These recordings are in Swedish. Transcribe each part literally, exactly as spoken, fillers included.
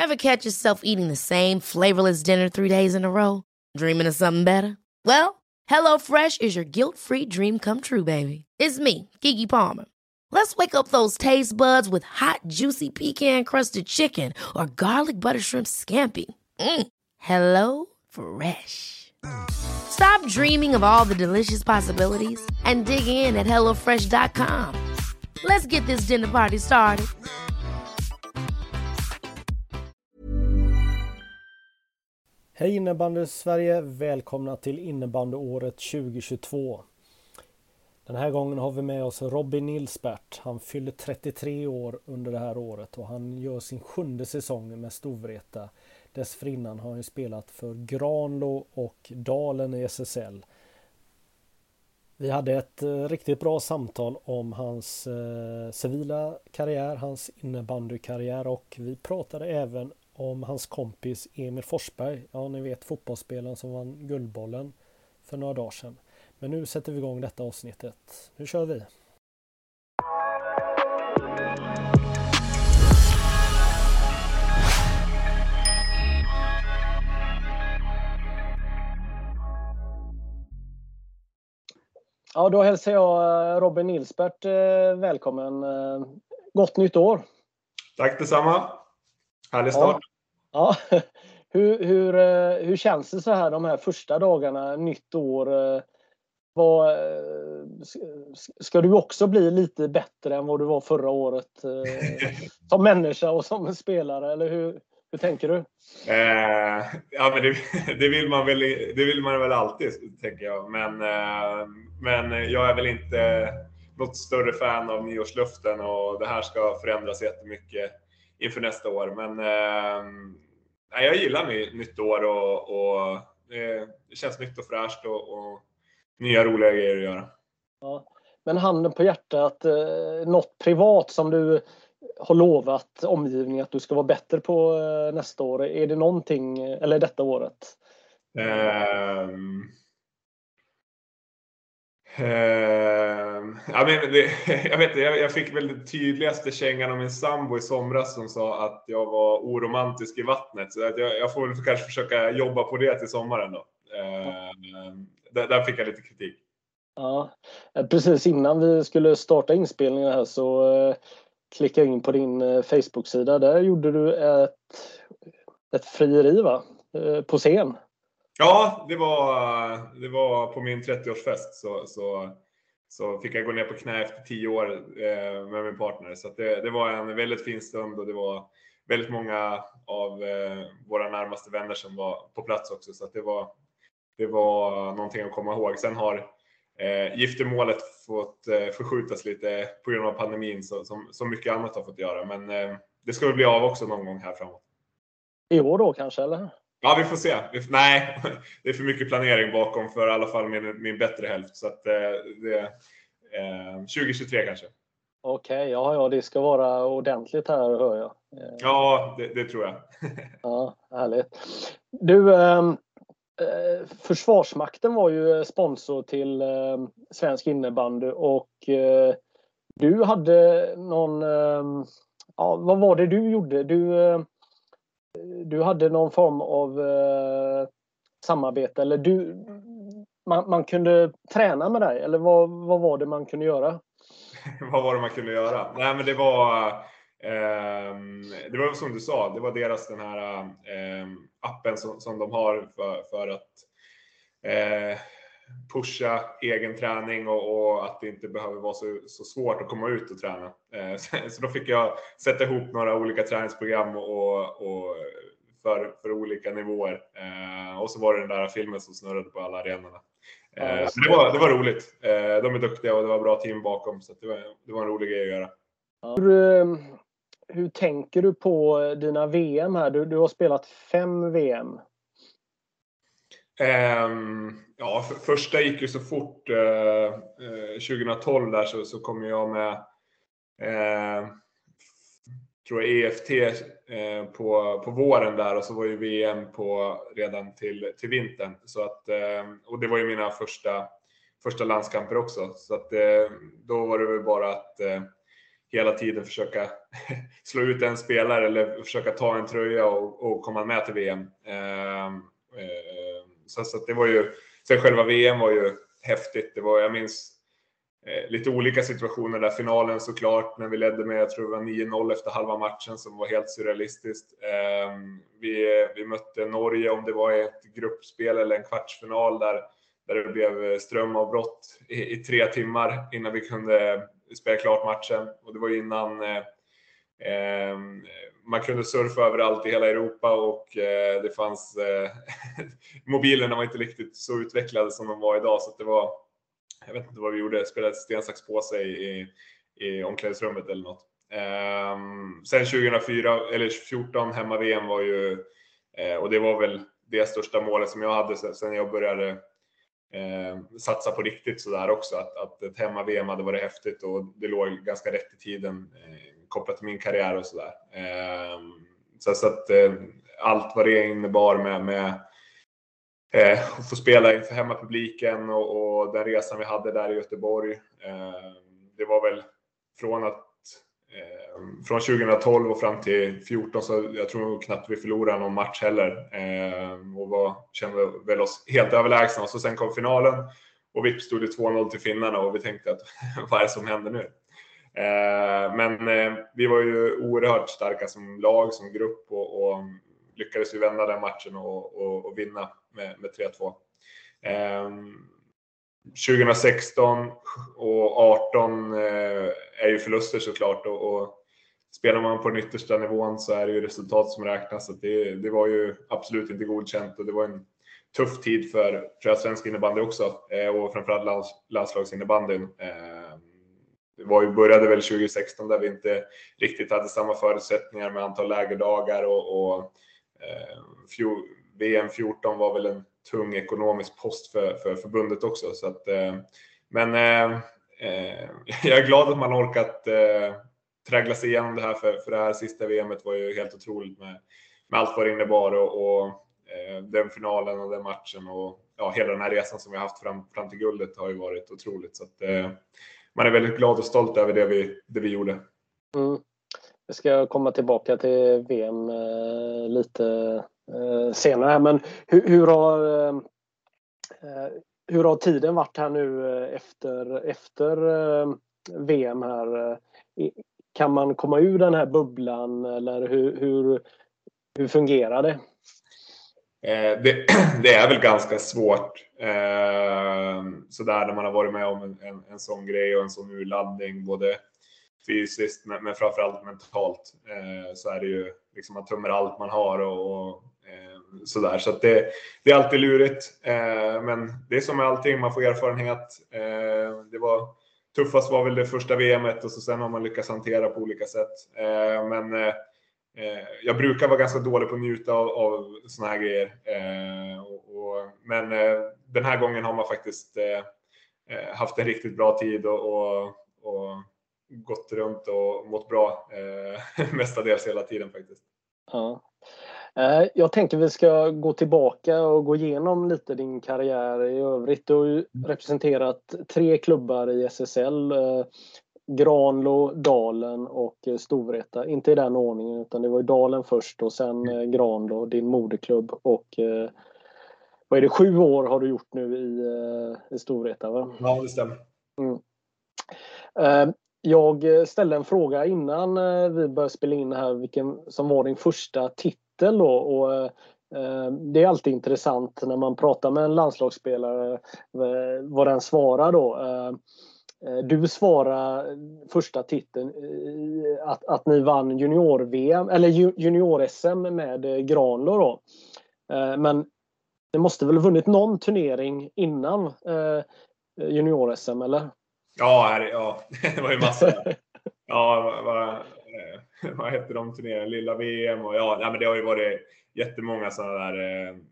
Ever catch yourself eating the same flavorless dinner three days in a row? Dreaming of something better? Well, HelloFresh is your guilt-free dream come true, baby. It's me, Keke Palmer. Let's wake up those taste buds with hot, juicy pecan-crusted chicken or garlic butter shrimp scampi. Mm. Hello Fresh. Stop dreaming of all the delicious possibilities and dig in at hello fresh dot com. Let's get this dinner party started. Hej innebandy Sverige, välkomna till innebandyåret tjugohundratjugotvå. Den här gången har vi med oss Robin Nilsbert. Han fyller trettiotre år under det här året och han gör sin sjunde säsong med Storvreta. Dessförinnan har han spelat för Granlo och Dalen i S S L. Vi hade ett riktigt bra samtal om hans eh, civila karriär, hans innebandykarriär, och vi pratade även om hans kompis Emil Forsberg. Ja, ni vet, fotbollsspelaren som vann Guldbollen för några dagar sedan. Men nu sätter vi igång detta avsnittet. Nu kör vi! Ja, då hälsar jag Robin Nilsbert välkommen. Gott nytt år! Tack detsamma! Härlig start! Ja, ja. Hur, hur, hur känns det så här de här första dagarna, nytt år? Vad, ska du också bli lite bättre än vad du var förra året som människa och som spelare, eller hur, hur tänker du? Eh, ja, men det, det, vill man väl, det vill man väl alltid, tänker jag. Men, eh, men jag är väl inte något större fan av nyårsluften och det här ska förändras jättemycket inför nästa år. Men eh, jag gillar ny, nytt år och, och eh, det känns nytt och fräscht och, och nya roliga grejer att göra. Ja, men handen på hjärtat, eh, något privat som du har lovat omgivningen att du ska vara bättre på eh, nästa år? Är det någonting, eller detta året? Um, um, ja, men det, jag vet inte, jag, jag fick väl det tydligaste kängan av min sambo i somras som sa att jag var oromantisk i vattnet. Så att jag, jag får väl kanske försöka jobba på det till sommaren då. Um, där, där fick jag lite kritik. Ja, precis innan vi skulle starta inspelningen här så eh, klickade jag in på din eh, Facebook-sida. Där gjorde du ett, ett frieri, va? Eh, på scen. Ja, det var, det var på min trettioårsfest så, så, så fick jag gå ner på knä efter tio år eh, med min partner. Så att det, det var en väldigt fin stund och det var väldigt många av eh, våra närmaste vänner som var på plats också. Så att det var, det var någonting att komma ihåg. Sen har eh, giftermålet fått eh, förskjutas lite på grund av pandemin så, som, som mycket annat har fått göra. Men eh, det ska väl bli av också någon gång här framåt. I år då kanske, eller? Ja, vi får se. Nej, det är för mycket planering bakom för i alla fall min, min bättre hälft. Så att eh, det eh, tjugohundratjugotre kanske. Okej, okay, ja, ja, det ska vara ordentligt här, hör jag. Ja, det, det tror jag. Ja, härligt. Du, eh, Försvarsmakten var ju sponsor till eh, svensk innebandy och eh, du hade någon, eh, ja, vad var det du gjorde? Du, eh, du hade någon form av eh, samarbete, eller du, man, man kunde träna med dig, eller vad, vad var det man kunde göra? Vad var det man kunde göra? Nej, men det var eh, det var som du sa, det var deras den här eh, appen som, som de har för, för att eh, pusha egen träning och, och att det inte behöver vara så, så svårt att komma ut och träna. Eh, så, så då fick jag sätta ihop några olika träningsprogram och, och för, för olika nivåer. Eh, och så var det den där filmen som snurrade på alla arenorna. Eh, det, var, det var roligt. Eh, de är duktiga och det var bra team bakom, så det var, det var en rolig grej att göra. Hur, hur tänker du på dina V M här? Du, du har spelat fem V M. Um, ja, för, första gick ju så fort. Uh, uh, tjugohundratolv där så, så kom jag med uh, tror jag E F T uh, på, på våren där, och så var ju V M på redan till, till vintern. Så att, uh, och det var ju mina första, första landskamper också. Så att, uh, då var det väl bara att uh, hela tiden försöka slå ut en spelare eller försöka ta en tröja och, och komma med till V M. Eh, eh, så, så att det var ju, sen själva V M var ju häftigt. Det var, jag minns eh, lite olika situationer där. Finalen såklart, när vi ledde med, jag tror det var nio noll efter halva matchen, som var helt surrealistiskt. Eh, vi, vi mötte Norge, om det var ett gruppspel eller en kvartsfinal, där, där det blev strömavbrott i, i tre timmar innan vi kunde spela klart matchen. Och det var innan eh, eh, man kunde surfa överallt i hela Europa, och eh, det fanns eh, mobilerna var inte riktigt så utvecklade som de var idag, så att det var, jag vet inte vad vi gjorde, spelade sten, sax, påse i, i omklädningsrummet eller något. Eh, sen tjugohundrafyra eller fjorton hemma V M var ju, eh, och det var väl det största målet som jag hade sen jag började eh, satsa på riktigt sådär också, att, att ett hemma V M hade varit häftigt, och det låg ganska rätt i tiden eh, kopplat till min karriär och sådär. Eh, så, så att eh, allt vad det innebar med, med eh, att få spela inför hemmapubliken, och, och den resan vi hade där i Göteborg, eh, det var väl från att Eh, från tjugohundratolv och fram till fjorton, så jag tror knappt vi förlorade någon match heller, eh, och var, kände väl oss helt överlägsna. Och så sen kom finalen och vips stod det två noll till finnarna, och vi tänkte att vad är det som händer nu? Eh, men eh, vi var ju oerhört starka som lag, som grupp, och, och lyckades ju vända den matchen och, och, och vinna med, med tre två. Eh, tjugohundrasexton och arton eh, är ju förluster såklart, och, och spelar man på den yttersta nivån så är det ju resultat som räknas. Så det, det var ju absolut inte godkänt, och det var en tuff tid för, tror jag, svensk innebandy också, eh, och framförallt lands, landslagsinnebandyn. Eh, det var ju, började väl tjugohundrasexton där vi inte riktigt hade samma förutsättningar med antal lägerdagar, och, och eh, fjol, V M fjorton var väl en tung ekonomisk post för, för förbundet också. Så att, eh, men eh, eh, jag är glad att man orkat eh, trägla sig igenom det här, för, för det här sista V M:et var ju helt otroligt med, med allt vad det innebar, och, och eh, den finalen och den matchen, och ja, hela den här resan som vi har haft fram, fram till guldet har ju varit otroligt. Så att, eh, man är väldigt glad och stolt över det vi, det vi gjorde. Mm. Jag ska komma tillbaka till V M eh, lite eh, senare, men hur, hur har eh, hur har tiden varit här nu efter, efter eh, V M här? Kan man komma ur den här bubblan, eller hur, hur, hur fungerar det? Eh, det? Det är väl ganska svårt eh, sådär, när man har varit med om en, en, en sån grej och en sån urladdning, både fysiskt men, men framförallt mentalt, eh, så är det ju liksom, man tömmer allt man har, och, och eh, sådär. Så att det, det är alltid lurigt, eh, men det är som med allting, man får erfarenhet. Eh, det var tuffast var väl det första V M:et, och så sen har man lyckats hantera på olika sätt. Eh, men eh, jag brukar vara ganska dålig på att njuta av, av såna här grejer. Eh, och, och, men eh, den här gången har man faktiskt eh, haft en riktigt bra tid, och, och, och gått runt och mått bra eh, mestadels hela tiden faktiskt. Ja. Eh, jag tänker vi ska gå tillbaka och gå igenom lite din karriär i övrigt. Du har ju representerat tre klubbar i S S L. Eh, Granlo, Dalen och Storvreta. Inte i den ordningen, utan det var ju Dalen först och sen eh, Granlo, din moderklubb. Och eh, vad är det, sju år har du gjort nu i, eh, i Storvreta, va? Ja, det stämmer. Mm. Eh, jag ställde en fråga innan eh, vi började spela in här, vilken som var din första titel då, och eh, det är alltid intressant när man pratar med en landslagsspelare eh, vad den svarar då. Eh, Du svarar första titeln att, att ni vann junior-V M eller junior-S M med Granlo då. Men det måste väl ha vunnit någon turnering innan junior-S M, eller? Ja, här, ja, det var ju massa. Ja, vad, vad hette de turneringarna? Lilla V M, och ja, nej, men det har ju varit jättemånga sådana där eh,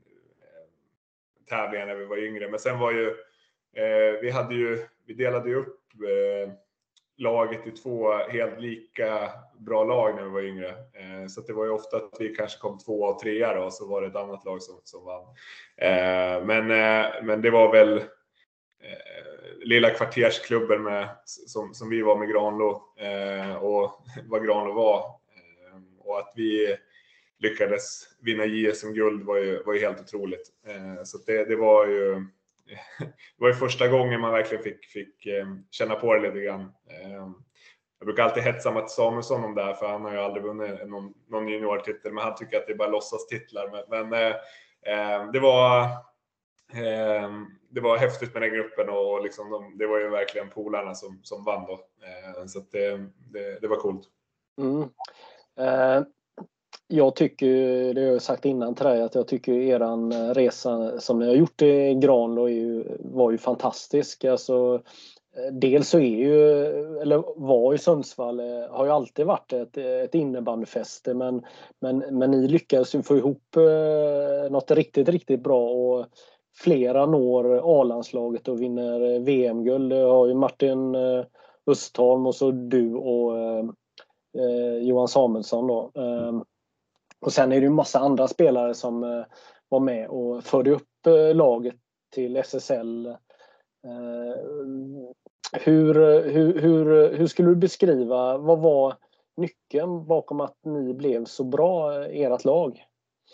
tävlingar när vi var yngre. Men sen var ju eh, vi hade ju vi delade ju upp eh, laget i två helt lika bra lag när vi var yngre. Eh, så det var ju ofta att vi kanske kom två och trea då, och så var det ett annat lag som, som vann. Eh, men, eh, men det var väl eh, lilla kvartersklubben med, som, som vi var med Granlo eh, och vad Granlo var. Eh, och att vi lyckades vinna J S M-guld var ju, var ju helt otroligt. Eh, så det, det var ju det var ju första gången man verkligen fick, fick eh, känna på det lite grann. Eh, jag brukar alltid hetsa Mats Samuelsson om det här, för han har ju aldrig vunnit någon, någon juniortitel, men han tycker att det är bara låtsas titlar. Men, men eh, det var eh, det var häftigt med den gruppen, och liksom de, det var ju verkligen polarna som, som vann då. Eh, så att det, det, det var coolt. Mm. Eh, jag tycker, det har jag sagt innan till dig, att jag tycker eran resa som ni har gjort i Granlo är ju, var ju fantastisk. Alltså, dels så är ju, eller var ju Sundsvall, har ju alltid varit ett, ett innebandyfäste, men, men, men ni lyckades ju få ihop eh, något riktigt, riktigt bra, och flera når A-landslaget och vinner V M-guld. Det har ju Martin eh, Östholm och så du och eh, Johan Samuelsson då. Eh, och sen är det ju massa andra spelare som eh, var med och förde upp eh, laget till S S L. Eh, hur, hur, hur, hur skulle du beskriva, vad var nyckeln bakom att ni blev så bra, ert lag?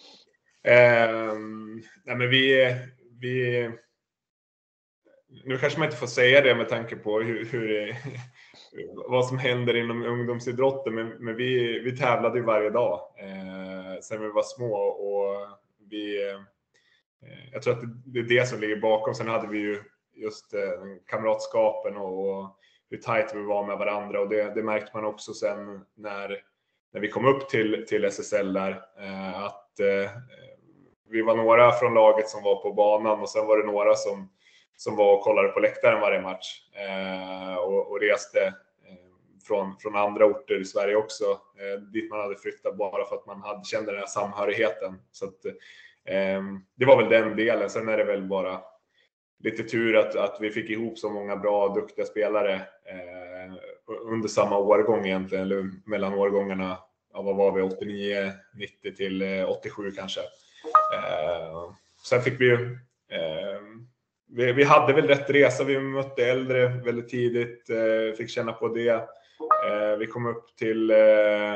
Eh, nej men vi, vi... Nu kanske man inte får säga det med tanke på hur, hur, vad som händer inom ungdomsidrotten, men, men vi, vi tävlade ju varje dag eh, sen vi var små, och vi, eh, jag tror att det är det som ligger bakom. Sen hade vi ju just eh, kamratskapen och, och hur tajt vi var med varandra, och det, det märkte man också sen när, när vi kom upp till, till S S L där, eh, att eh, vi var några från laget som var på banan, och sen var det några som som var och kollade på läktaren varje match eh, och, och reste eh, från, från andra orter i Sverige också, eh, dit man hade flyttat bara för att man hade, kände den här samhörigheten. Så att, eh, det var väl den delen. Sen är det väl bara lite tur att, att vi fick ihop så många bra, duktiga spelare eh, under samma årgång egentligen, eller mellan årgångarna, ja, vad var vi, åttionio nittio till eh, åttiosju kanske. Eh, sen fick vi ju eh, Vi, vi hade väl rätt resa, vi mötte äldre väldigt tidigt, eh, fick känna på det. Eh, vi kom upp till eh,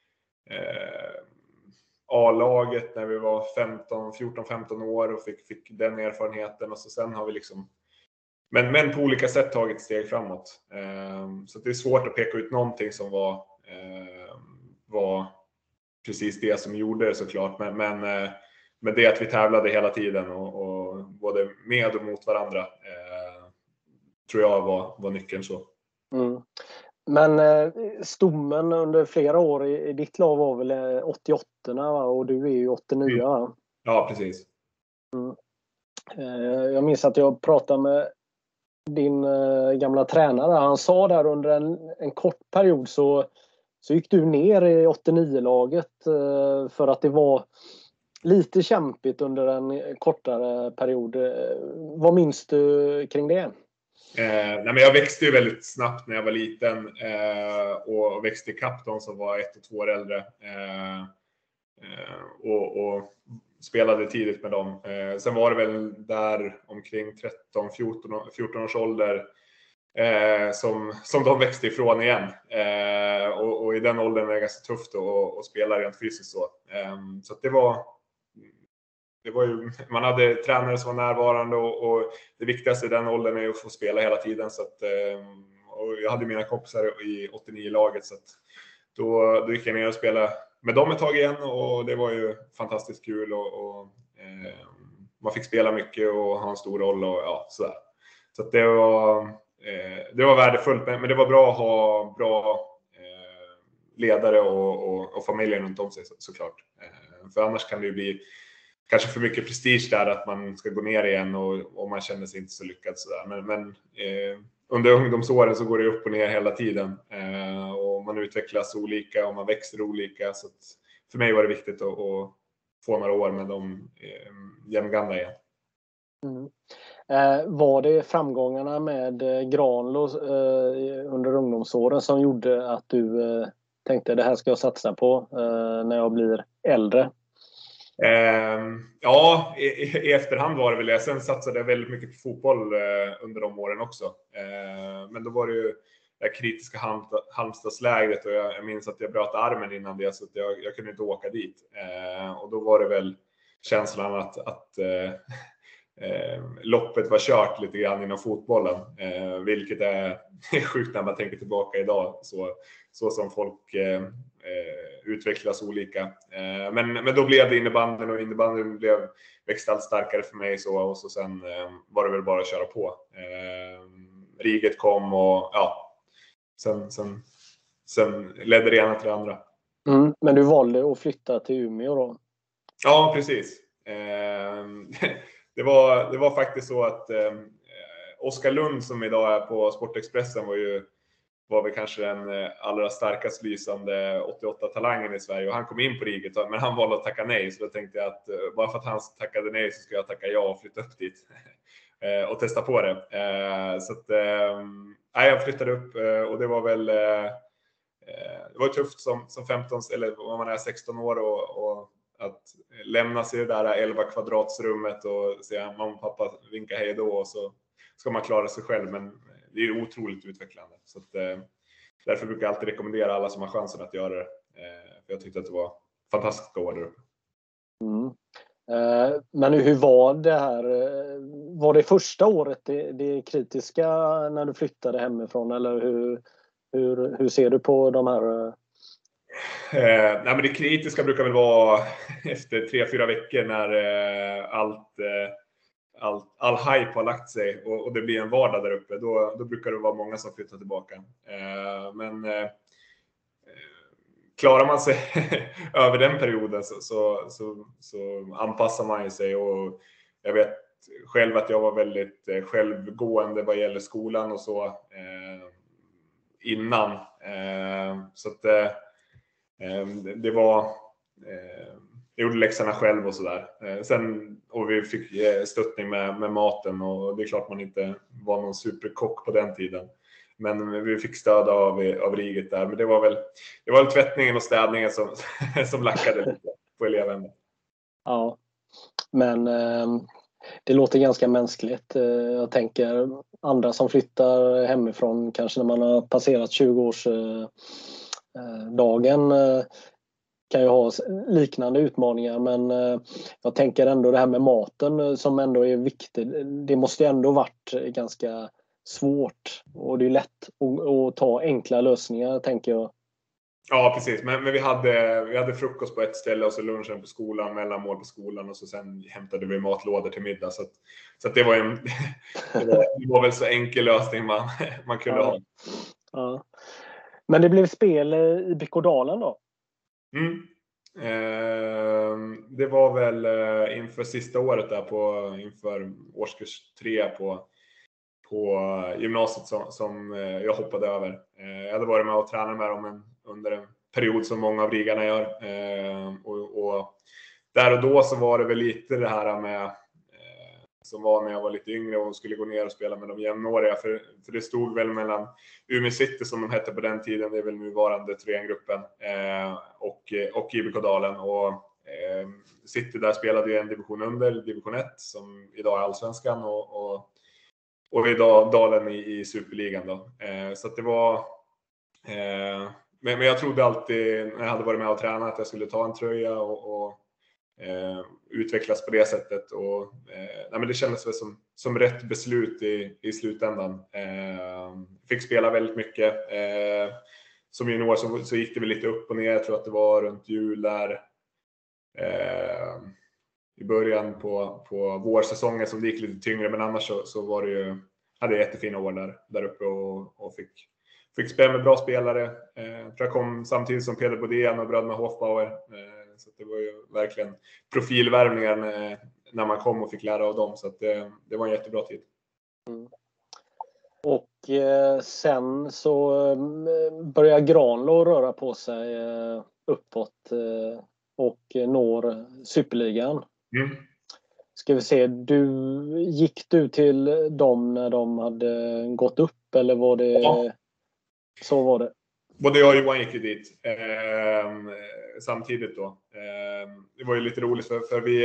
eh, A-laget när vi var femton, fjorton femton år och fick, fick den erfarenheten. Och så sen har vi liksom, men, men på olika sätt tagit steg framåt. Eh, så det är svårt att peka ut någonting som var, eh, var precis det som gjorde det, såklart. Men, men eh, Men det att vi tävlade hela tiden och, och både med och mot varandra eh, tror jag var, var nyckeln. Så. Mm. Men eh, stommen under flera år i, i ditt lag var väl åttioåtta, va? Och du är ju åttionio. Va? Ja, precis. Mm. Eh, jag minns att jag pratade med din eh, gamla tränare. Han sa där under en, en kort period så, så gick du ner i åttionio-laget eh, för att det var lite kämpigt under en kortare period. Vad minns du kring det? Eh, nej men jag växte ju väldigt snabbt när jag var liten eh, och växte i kapp de som var ett och två år äldre. Eh, eh, och, och spelade tidigt med dem. Eh, sen var det väl där omkring tretton fjorton års ålder eh, som, som de växte ifrån igen. Eh, och, och i den åldern är det ganska tufft att, att spela rent fysiskt så. Eh, så att det var Det var ju, man hade tränare som var närvarande, och, och det viktigaste i den åldern är att få spela hela tiden. Så att, och jag hade mina kompisar i åttionio-laget, så att då, då gick jag ner och spelade med dem ett tag igen, och det var ju fantastiskt kul. Och, och eh, man fick spela mycket och ha en stor roll och ja, sådär. Så att det var, eh, det var värdefullt, men, men det var bra att ha bra eh, ledare och, och, och familjen runt om sig, så, såklart. Eh, för annars kan det ju bli kanske för mycket prestige där, att man ska gå ner igen och, och man känner sig inte så lyckad sådär. Men, men eh, under ungdomsåren så går det upp och ner hela tiden. Eh, och man utvecklas olika och man växer olika. Så att för mig var det viktigt att, att få några år med de eh, jämngamla igen. Mm. Eh, var det framgångarna med Granlo eh, under ungdomsåren som gjorde att du eh, tänkte det här ska jag satsa på eh, när jag blir äldre? Eh, ja, i, i efterhand var det väl det. Sen satsade jag väldigt mycket på fotboll eh, under de åren också. Eh, men då var det ju det kritiska Halmstadslägret och jag, jag minns att jag bröt armen innan det så att jag, jag kunde inte åka dit. Eh, och då var det väl känslan att, att eh, eh, loppet var kört lite grann inom fotbollen. Eh, vilket är sjukt när man tänker tillbaka idag. Så, så som folk eh, utvecklas olika. Eh, men, men då blev det innebandyn och innebandyn blev växte allt starkare för mig så, och så sen eh, var det väl bara att köra på. Eh, Riget kom och ja, sen, sen, sen ledde det ena till det andra. Mm, men du valde att flytta till Umeå då? Ja, precis. Eh, det, var, det var faktiskt så att eh, Oskar Lund som idag är på Sportexpressen var ju var väl kanske den allra starkast lysande åttioåtta-talangen i Sverige. Och han kom in på Riget, men han valde att tacka nej. Så då tänkte jag att bara för att han tackade nej så ska jag tacka ja och flytta upp dit. Och testa på det. Så att, nej, jag flyttade upp och det var väl det var tufft som, som femton eller om man är sexton år och, och att lämna sig i det där elva kvadratsrummet och se mamma och pappa vinka hej då och så ska man klara sig själv. Men det är otroligt utvecklande. Så att, eh, därför brukar jag alltid rekommendera alla som har chansen att göra det. Eh, för jag tyckte att det var fantastiskt att gå där uppe. Mm. Eh, men hur var det här? Var det första året det, det kritiska när du flyttade hemifrån? Eller hur, hur, hur ser du på de här? Eh, nej men det kritiska brukar väl vara efter tre, fyra veckor när eh, allt... Eh, All, all hype har lagt sig och, och det blir en vardag där uppe. Då, då brukar det vara många som flyttar tillbaka. Eh, men eh, klarar man sig över den perioden så, så, så, så anpassar man ju sig. Och jag vet själv att jag var väldigt eh, självgående vad gäller skolan och så eh, innan. Eh, så att eh, det var... Eh, Jag gjorde läxorna själv och sådär. Eh, sen, och vi fick eh, stöttning med, med maten och det är klart man inte var någon superkock på den tiden. Men vi fick stöd av, av Riget där. Men det var väl, det var väl tvättningen och städningen som, som lackade lite på eleven. Ja, men eh, det låter ganska mänskligt. Eh, jag tänker andra som flyttar hemifrån kanske när man har passerat tjugo års eh, dagen eh, kan ju ha liknande utmaningar, men eh, jag tänker ändå det här med maten eh, som ändå är viktigt. Det måste ju ändå varit ganska svårt och det är lätt att, att ta enkla lösningar, tänker jag. Ja, precis. Men, men vi, hade, vi hade frukost på ett ställe och så lunchen på skolan, mellanmål på skolan och så sen hämtade vi matlådor till middag. Så, att, så att det, var en, det, var, det var väl så enkel lösning man, man kunde ja. ha. Ja. Men det blev spel i B K Dalen då? Mm. Eh, det var väl eh, inför sista året där på inför årskurs tre på på gymnasiet som, som eh, jag hoppade över. Eh, jag hade varit med och tränat med dem en, under en period som många av rigarna gör. Eh, och, och där och då så var det väl lite det här med eh, som var när jag var lite yngre och skulle gå ner och spela med de jämnåriga. För, för det stod väl mellan Umeå City som de hette på den tiden, det är väl nuvarande trean-gruppen, eh, och, och I B K Dalen. Och eh, City där spelade ju en division under, division ett, som idag är allsvenskan, och, och, och idag Dalen i, i Superligan då. Eh, så att det var... Eh, men, men jag trodde alltid när jag hade varit med och tränat att jag skulle ta en tröja och... och Eh, utvecklas på det sättet och eh, nej, men det kändes väl som, som rätt beslut i, i slutändan. Eh, fick spela väldigt mycket. Eh, som junior så, så gick det väl lite upp och ner. Jag tror att det var runt jul där eh, i början på, på vårsäsongen som det gick lite tyngre, men annars så, så var det ju, hade jag jättefina år där, där uppe och, och fick, fick spela med bra spelare. Eh, jag tror jag kom samtidigt som Peder Bodén och bröderna Hofbauer. Eh, Så det var ju verkligen profilvärvningar när man kom och fick lära av dem. Så att det, det var en jättebra tid. Mm. Och eh, sen så eh, börjar Granlo röra på sig eh, uppåt eh, och når Superligan. Mm. Ska vi se, du, gick du till dem när de hade gått upp eller var det... Ja. Så var det. både jag och Johan gick ju dit eh, samtidigt då. Eh, det var ju lite roligt för, för vi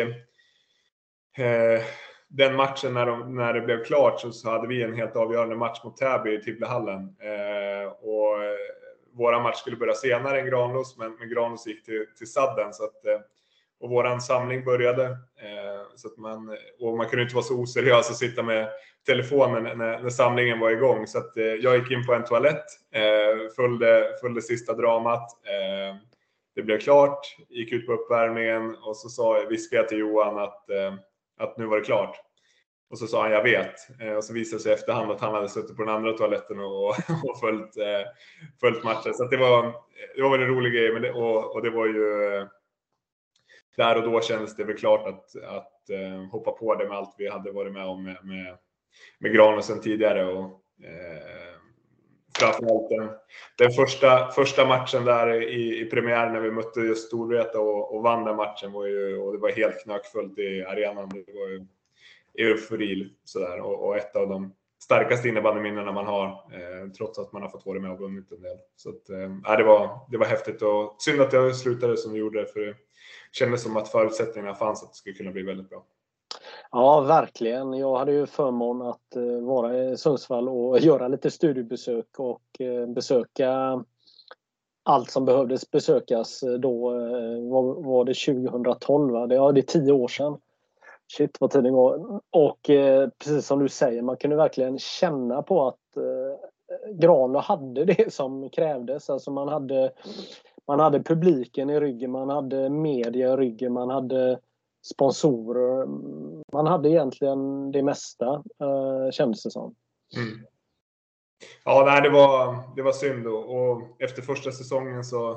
eh, den matchen när, de, när det blev klart så, så hade vi en helt avgörande match mot Täby i Tibblehallen. Eh, och eh, våra match skulle börja senare än Granlås, men, men Granlås gick till, till Sadden. Så att, eh, och våran samling började. Eh, så att man, och man kunde inte vara så oseriös och sitta med telefonen när, när samlingen var igång. Så att, eh, jag gick in på en toalett, eh, följde, följde sista dramat. Eh, det blev klart, gick ut på uppvärmningen och så sa, viskade jag till Johan att eh, att nu var det klart. Och så sa han, jag vet. Eh, och så visade det sig efterhand att han hade suttit på den andra toaletten och, och följt, eh, följt matchen. Så att det, var, det var väl en rolig grej. Men det, och, och det var ju... Eh, där och då kändes det väl klart att, att eh, hoppa på det med allt vi hade varit med om med, med, med Granlösen tidigare. Och, eh, framförallt den, den första, första matchen där i, i premiären när vi mötte just Storvreta och, och vann den matchen var ju, och det var helt knökfullt i arenan. Det var ju eufori sådär, och, och ett av de starkaste innebandyminnena man har, eh, trots att man har fått vara med och vunnit en del. Så att, eh, det, var, det var häftigt och synd att jag slutade som det gjorde, för det kändes som att förutsättningarna fanns att det skulle kunna bli väldigt bra. Ja, verkligen. Jag hade ju förmån att vara i Sundsvall och göra lite studiebesök och besöka allt som behövdes besökas då. Var, var det tjugohundratolv? Va? Det, ja, det är tio år sedan. Shit, vad tiden går. Och eh, precis som du säger, man kunde verkligen känna på att eh, Granlå hade det som krävdes. Alltså man hade, man hade publiken i ryggen, man hade media i ryggen, man hade sponsorer. Man hade egentligen det mesta, eh, kändes det som. Mm. Ja, nej, det var, det var synd. Och, och efter första säsongen så...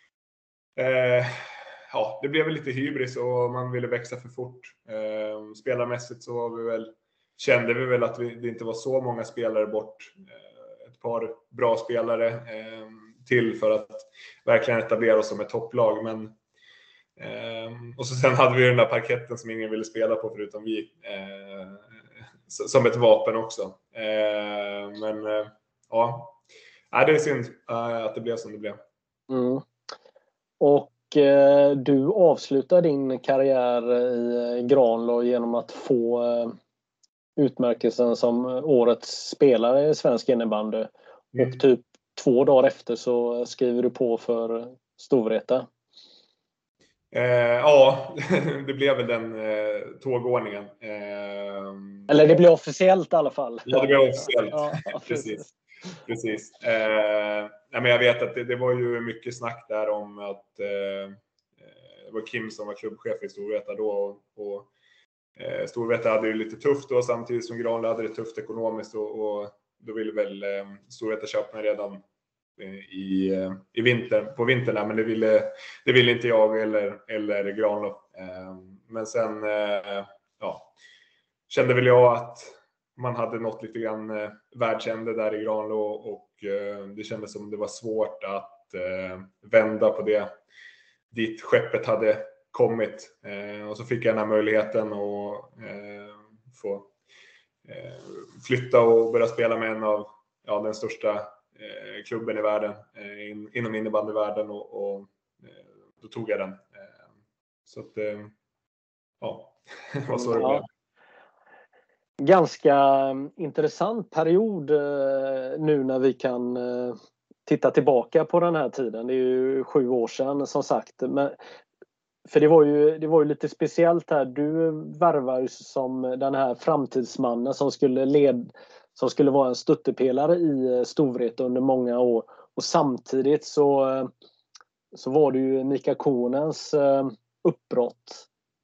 Eh, ja, det blev väl lite hybris och man ville växa för fort. Eh, spelarmässigt så var vi väl, kände vi väl att vi, det inte var så många spelare bort. Eh, ett par bra spelare eh, till för att verkligen etablera oss som ett topplag. Men, eh, och så sen hade vi den där parketten som ingen ville spela på förutom vi. Eh, som ett vapen också. Eh, men eh, ja, nej, det är synd eh, att det blev som det blev. Mm. Och eh, du avslutar din karriär i Granlå genom att få eh, utmärkelsen som årets spelare i svensk innebandy. Mm. Och typ två dagar efter så skriver du på för Storvreta. Eh, ja, det blev väl den eh, tågordningen. Eh, Eller det blev officiellt i alla fall. Ja, det blev officiellt. Ja, ja, precis. precis. Eh, nej, men jag vet att det, det var ju mycket snack där om att eh, det var Kim som var klubbchef i Storvreta då. Och, och eh, Storvreta hade ju lite tufft då, samtidigt som Granlå hade det tufft ekonomiskt. Och, och då ville väl eh, Storvreta köpa mig redan i, i vinter, på vintern där, men det ville, det ville inte jag eller, eller Granlå. Men sen ja, kände väl jag att man hade nått lite grann världsände där i Granlå, och det kändes som det var svårt att vända på det dit skeppet hade kommit. Och så fick jag den här möjligheten att få flytta och börja spela med en av ja, den största klubben i världen, in, inom innebandyvärlden, och, och då tog jag den. Så att, ja, vad så det blev. Ganska intressant period nu när vi kan titta tillbaka på den här tiden. Det är ju sju år sedan som sagt. Men, för det var, ju, det var ju lite speciellt här. Du värvar ju som den här framtidsmannen som skulle led som skulle vara en stöttepelare i Storvreta under många år. Och samtidigt så, så var det ju Mika Konens uppbrott.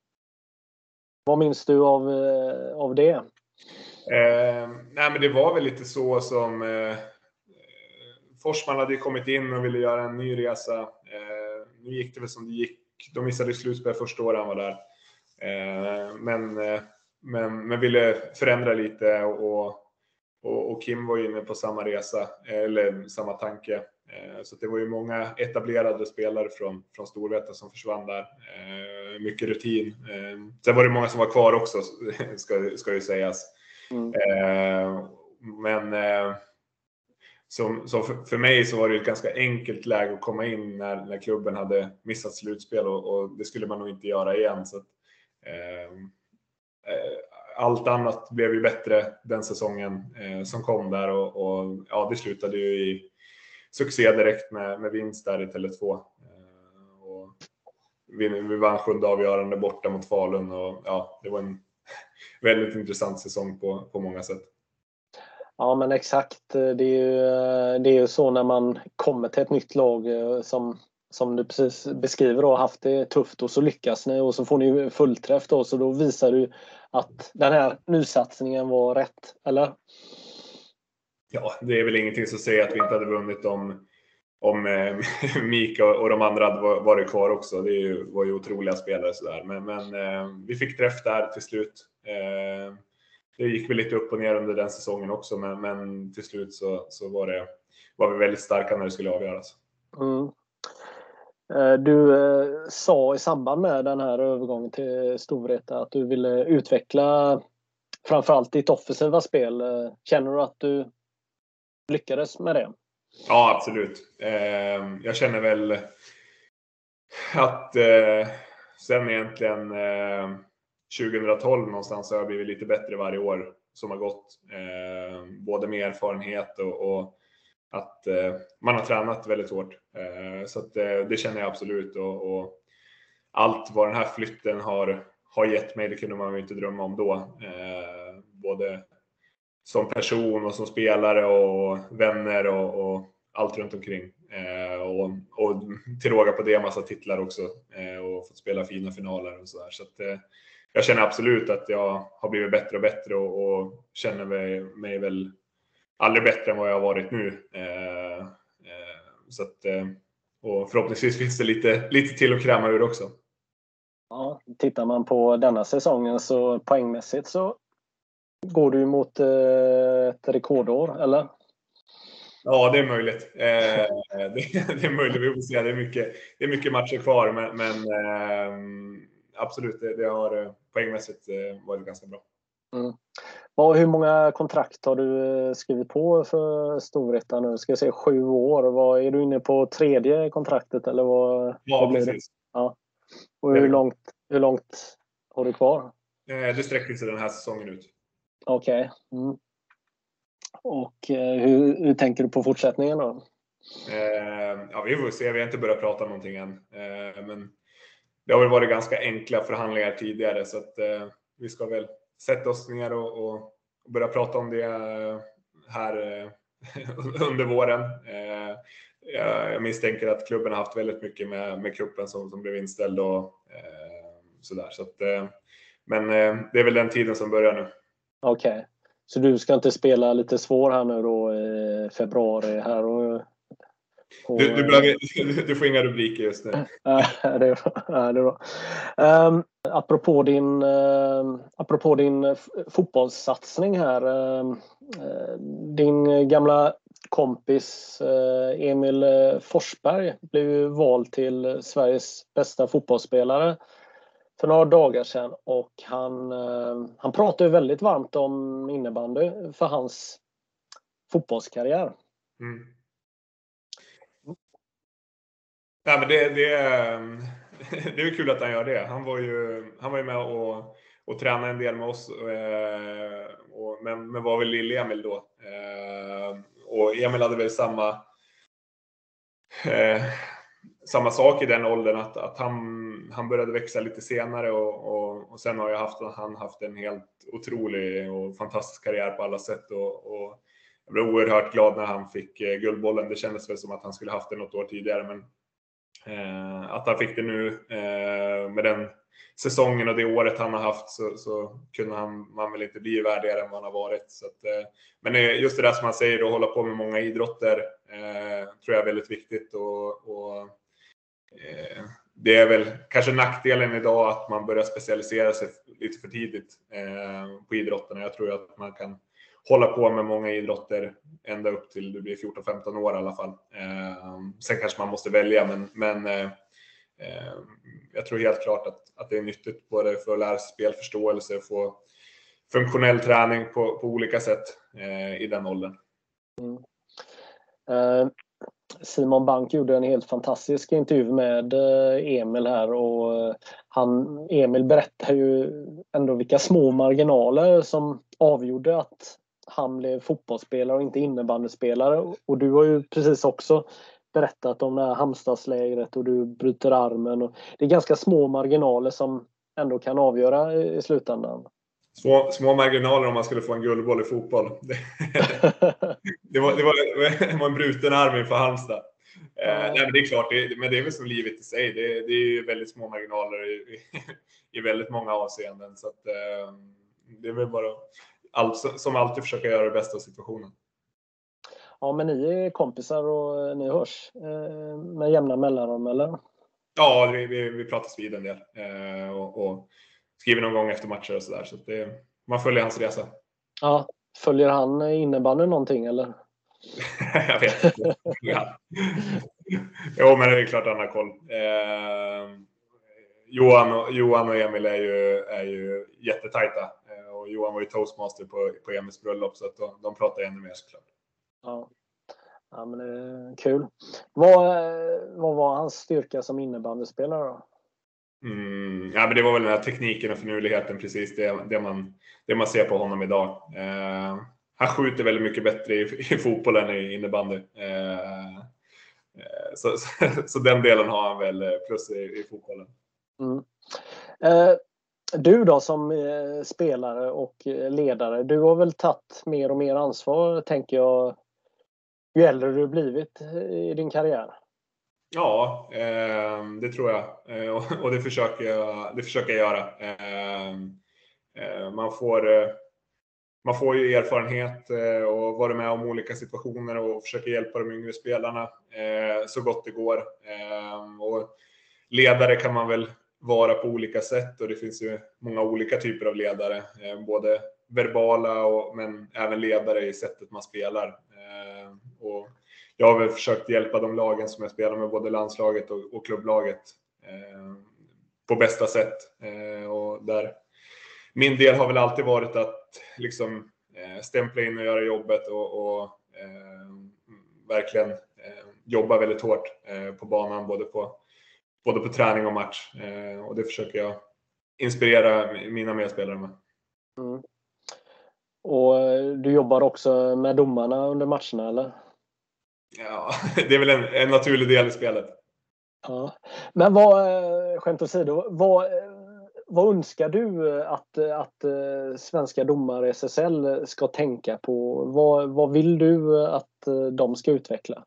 Vad minns du av, av det? Eh, nej, men det var väl lite så som eh, Forsman hade kommit in och ville göra en ny resa. Eh, nu gick det väl som det gick. De missade slutspel första året han var där. Eh, men, eh, men, men ville förändra lite, och Och Kim var inne på samma resa, eller samma tanke. Så det var ju många etablerade spelare från, från Storvreta som försvann där. Mycket rutin. Sen var det många som var kvar också, ska, ska ju sägas. Mm. Men som, som för, för mig så var det ett ganska enkelt läge att komma in när, när klubben hade missat slutspel och, och det skulle man nog inte göra igen. Så att, eh, allt annat blev ju bättre den säsongen eh, som kom där och, och ja, det slutade ju i succé direkt med, med vinst där i Tele två. Eh, och vi, vi vann sjunde avgörande borta mot Falun och ja, det var en väldigt intressant säsong på, på många sätt. Ja, men exakt. Det är ju, det är ju så när man kommer till ett nytt lag som, som du precis beskriver och haft det tufft och så lyckas ni och så får ni fullträff då, så då visar du att den här nysatsningen var rätt, eller? Ja, det är väl ingenting som säger att vi inte hade vunnit om, om eh, Mika och de andra hade varit kvar också. Det är ju, var ju otroliga spelare sådär. Men, men eh, vi fick träff där till slut. Eh, det gick väl lite upp och ner under den säsongen också. Men, men till slut så, så var, det, var vi väldigt starka när det skulle avgöras. Mm. Du eh, sa i samband med den här övergången till Storvreta att du ville utveckla framförallt ditt offensiva spel. Känner du att du lyckades med det? Ja, absolut. Eh, jag känner väl att eh, sen egentligen eh, tjugohundratolv någonstans har jag blivit lite bättre varje år som har gått. Eh, både med erfarenhet och, och att eh, man har tränat väldigt hårt. Eh, så att, eh, det känner jag absolut. Och, och allt vad den här flytten har, har gett mig, det kunde man ju inte drömma om då. Eh, både som person och som spelare och vänner och, och allt runt omkring. Eh, och, och till råga på det massa titlar också. Eh, och fått spela fina finaler och sådär. Så att, eh, jag känner absolut att jag har blivit bättre och bättre och, och känner mig, mig väl aldrig bättre än vad jag har varit nu. Eh, eh, så att, eh, och förhoppningsvis finns det lite, lite till att kräma ur också. Ja, tittar man på denna säsongen så poängmässigt så går du mot eh, ett rekordår, eller? Ja, det är möjligt. Eh, det, det är möjligt, vi får se. Det är mycket, det är mycket matcher kvar, men, men eh, absolut, det, det har poängmässigt eh, varit ganska bra. Mm. Och hur många kontrakt har du skrivit på för Storvreta nu? Ska jag säga sju år? Vad, är du inne på tredje kontraktet eller vad? Ja, vad blir precis. Det? Ja. Och hur långt, hur långt har du kvar? Det sträcker sig den här säsongen ut. Okej. Okay. Mm. Och hur, hur tänker du på fortsättningen då? Eh, ja, vi får se. Vi har inte börjat prata om någonting än. Eh, men det har väl varit ganska enkla förhandlingar tidigare, så att eh, vi ska väl sätta oss ner och, och börja prata om det här eh, under våren. Eh, jag misstänker att klubben har haft väldigt mycket med, med kuppen som, som blev inställd och eh, sådär. Så att, eh, men eh, det är väl den tiden som börjar nu. Okej. Okay. Så du ska inte spela lite svår här nu då i februari här och... och du, du, behöver, du får inga rubriker just nu. Nej, det är bra. Ja, det är bra. Um, apropå din, uh, apropå din fotbollssatsning här. Uh, din gamla kompis uh, Emil Forsberg blev ju vald till Sveriges bästa fotbollsspelare för några dagar sedan, och han, uh, han pratade väldigt varmt om innebandy för hans fotbollskarriär. Mm. Ja, men det, det, det är ju kul att han gör det. Han var ju, han var ju med och, och tränade en del med oss. Eh, och, men, men var väl lille Emil då. Eh, och Emil hade väl samma, eh, samma sak i den åldern. Att, att han, han började växa lite senare. Och, och, och sen har jag haft, han haft en helt otrolig och fantastisk karriär på alla sätt. Och, och jag blev oerhört glad när han fick eh, guldbollen. Det kändes väl som att han skulle haft det något år tidigare. Men Eh, att han fick det nu eh, med den säsongen och det året han har haft, så, så kunde han, man väl inte bli värdigare än vad han har varit. Så att, eh, men just det där som han säger, att hålla på med många idrotter eh, tror jag är väldigt viktigt. Och, och eh, det är väl kanske nackdelen idag att man börjar specialisera sig lite för tidigt eh, på idrotterna. Jag tror att man kan hålla på med många idrotter ända upp till du blir fjorton femton år i alla fall. Eh, sen kanske man måste välja, men, men eh, jag tror helt klart att, att det är nyttigt både för att lära sig spelförståelse och få funktionell träning på, på olika sätt eh, i den åldern. Mm. Eh, Simon Bank gjorde en helt fantastisk intervju med eh, Emil här och eh, han, Emil berättar ju ändå vilka små marginaler som avgjorde att han blev fotbollsspelare och inte innebandyspelare. Och du har ju precis också berättat om det här Halmstadslägret och du bryter armen. Och det är ganska små marginaler som ändå kan avgöra i, i slutändan. Små, små marginaler om man skulle få en guldboll i fotboll. Det, det, var, det, var, det var en bruten arm inför Halmstad. Eh, nej, men det är klart, det, men det är väl som livet i sig. Det, det är ju väldigt små marginaler i, i, i väldigt många avseenden. Så att, eh, det är väl bara allt, som alltid försöka göra det bästa av situationen. Ja, men ni är kompisar och ni hörs eh, med jämna mellanrum, eller? Ja, vi, vi, vi pratas vid en del. Eh, och, och skriver någon gång efter matcher och sådär. Så att det, man följer hans resa. Ja, följer han innebandy någonting, eller? Jag vet inte. Ja. Jo, men det är klart han har koll. Eh, Johan, och, Johan och Emil är ju, är ju jättetajta. Eh, och Johan var ju toastmaster på, på Emils bröllop, så att de, de pratar ännu mer såklart. Ja. Ja, men det är kul. Vad, vad var hans styrka som innebandyspelare då? Mm, ja, men det var väl den här tekniken och finurligheten, precis det, det, man, det man ser på honom idag. Eh, han skjuter väldigt mycket bättre i, i fotboll än i innebandy. Eh, så, så, så den delen har han väl plus i, i fotbollen. Mm. Eh, du då som eh, spelare och ledare, du har väl tagit mer och mer ansvar, tänker jag, ju äldre du blivit i din karriär? Ja, eh, det tror jag. Eh, och, och det försöker jag, det försöker jag göra. Eh, eh, man, får, eh, man får ju erfarenhet eh, och vara med om olika situationer och försöka hjälpa de yngre spelarna eh, så gott det går. Eh, och ledare kan man väl vara på olika sätt, och det finns ju många olika typer av ledare. Eh, både verbala och, men även ledare i sättet man spelar. Eh, och jag har väl försökt hjälpa de lagen som jag spelar med, både landslaget och, och klubblaget, eh, på bästa sätt. Eh, och där, min del har väl alltid varit att liksom, eh, stämpla in och göra jobbet och, och eh, verkligen eh, jobba väldigt hårt eh, på banan, både på, både på träning och match. Eh, och det försöker jag inspirera mina medspelare med. Mm. Och du jobbar också med domarna under matcherna, eller? Ja, det är väl en, en naturlig del i spelet. Ja. Men vad, skämt åsido, vad, vad önskar du att, att svenska domare i S S L ska tänka på? Vad, vad vill du att de ska utveckla?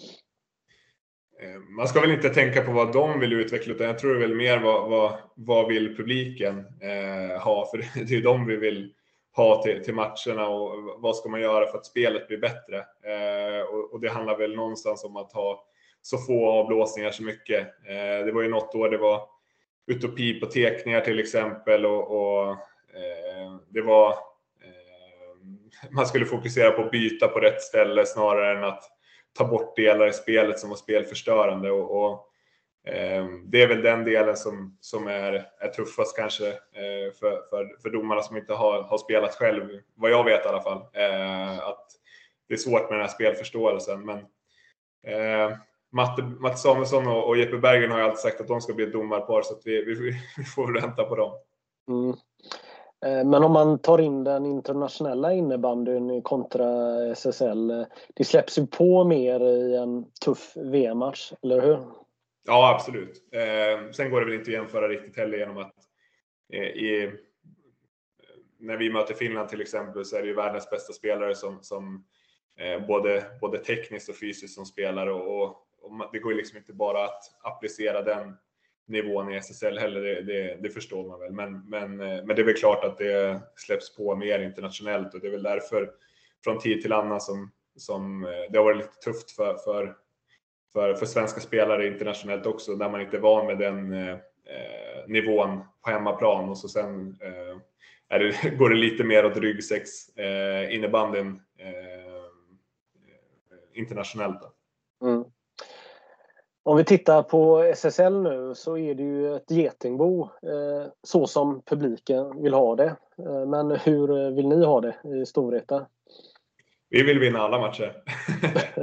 Man ska väl inte tänka på vad de vill utveckla, utan jag tror väl mer vad, vad, vad vill publiken eh, ha, för det är de vi vill ha till, till matcherna, och vad ska man göra för att spelet blir bättre. Eh, och, och det handlar väl någonstans om att ha så få avblåsningar så mycket. Eh, det var ju något år det var utopi på tekningar till exempel, och, och eh, det var eh, man skulle fokusera på att byta på rätt ställe snarare än att ta bort delar i spelet som var spelförstörande. Och, och eh, det är väl den delen som, som är, är tuffast kanske eh, för, för, för domarna som inte har, har spelat själv, vad jag vet i alla fall. Eh, att det är svårt med den här spelförståelsen. Men eh, Matte, Matte Samuelsson och, och Jeppe Bergen har ju alltid sagt att de ska bli ett domarpar, så att vi, vi, vi får vänta på dem. Mm. Men om man tar in den internationella innebandyn kontra S S L, det släpps ju på mer i en tuff V M-match, eller hur? Ja, absolut. Eh, sen går det väl inte att jämföra riktigt heller, genom att eh, i, när vi möter Finland till exempel, så är det ju världens bästa spelare som, som eh, både, både tekniskt och fysiskt som spelare, och, och det går ju liksom inte bara att applicera den nivån i S S L heller, det, det, det förstår man väl. Men, men, men det är väl klart att det släpps på mer internationellt, och det är väl därför från tid till annan som, som det har varit lite tufft för, för, för, för svenska spelare internationellt också, där man inte är van med den eh, nivån på hemmaplan, och så sen eh, är det, går det lite mer åt ryggsäcks eh, innebandyn eh, internationellt då. Mm. Om vi tittar på S S L nu, så är det ju ett getingbo eh, så som publiken vill ha det. Eh, men hur vill ni ha det i Storvreta? Vi vill vinna alla matcher.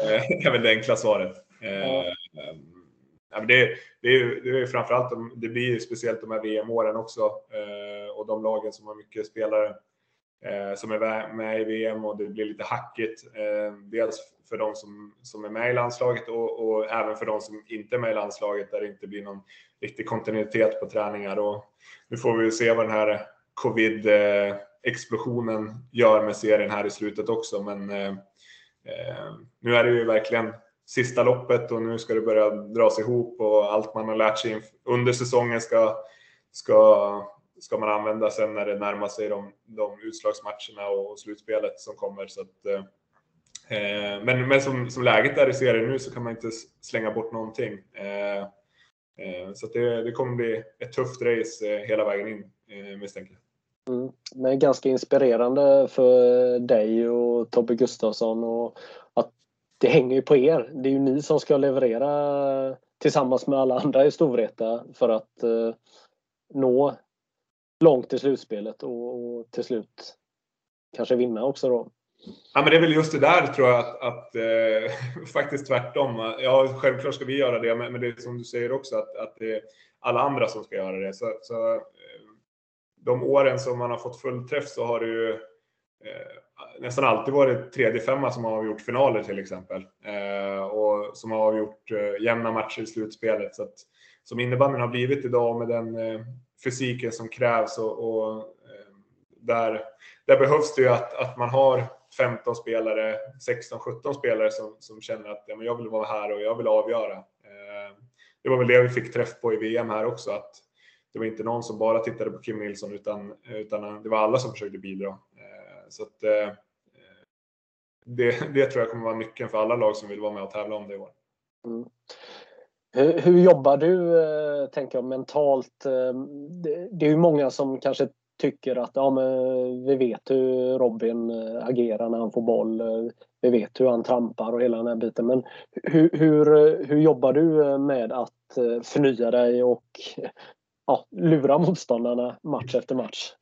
är väl det enkla svaret. Ja. Ja, men det, det, är ju, det är ju framförallt, det blir ju speciellt de här V M-åren också. Och de lagen som har mycket spelare som är med i V M, och det blir lite hackigt. Dels för de som, som är med i landslaget och, och även för de som inte är med i landslaget, där det inte blir någon riktig kontinuitet på träningar. Och nu får vi se vad den här covid-explosionen gör med serien här i slutet också. Men eh, nu är det ju verkligen sista loppet och nu ska det börja dras ihop, och allt man har lärt sig under säsongen ska, ska, ska man använda sen när det närmar sig de, de utslagsmatcherna och slutspelet som kommer. Så att, eh, men men som, som läget är i serien nu, så kan man inte slänga bort någonting. Eh, eh, så att det, det kommer bli ett tufft race eh, hela vägen in, eh, misstänker jag. Mm. Men ganska inspirerande för dig och Tobbe Gustafsson, och att det hänger ju på er. Det är ju ni som ska leverera tillsammans med alla andra i Storvreta för att eh, nå långt i slutspelet och, och till slut kanske vinna också då. Ja, men det är väl just det där, tror jag, att, att eh, faktiskt tvärtom. Ja, självklart ska vi göra det, men, men det är som du säger också, att, att det är alla andra som ska göra det. Så, så eh, de åren som man har fått full träff, så har det ju eh, nästan alltid varit tredje femma som har avgjort finaler till exempel. Eh, och som har avgjort eh, jämna matcher i slutspelet. Så att, som innebandyn har blivit idag, med den eh, fysiken som krävs, och, och eh, där, där behövs det ju att, att man har femton spelare, sexton sjutton spelare som, som känner att ja, men jag vill vara här och jag vill avgöra. Eh, det var väl det vi fick träff på i V M här också, att det var inte någon som bara tittade på Kim Nilsson, utan, utan det var alla som försökte bidra. Eh, så att, eh, det, det tror jag kommer vara nyckeln för alla lag som vill vara med och tävla om det i år. Mm. Hur, hur jobbar du, eh, tänker jag, mentalt? Eh, det, det är ju många som kanske tycker att ja, men vi vet hur Robin agerar när han får boll. Vi vet hur han trampar och hela den här biten. Men hur, hur, hur jobbar du med att förnya dig och ja, lura motståndarna match efter match?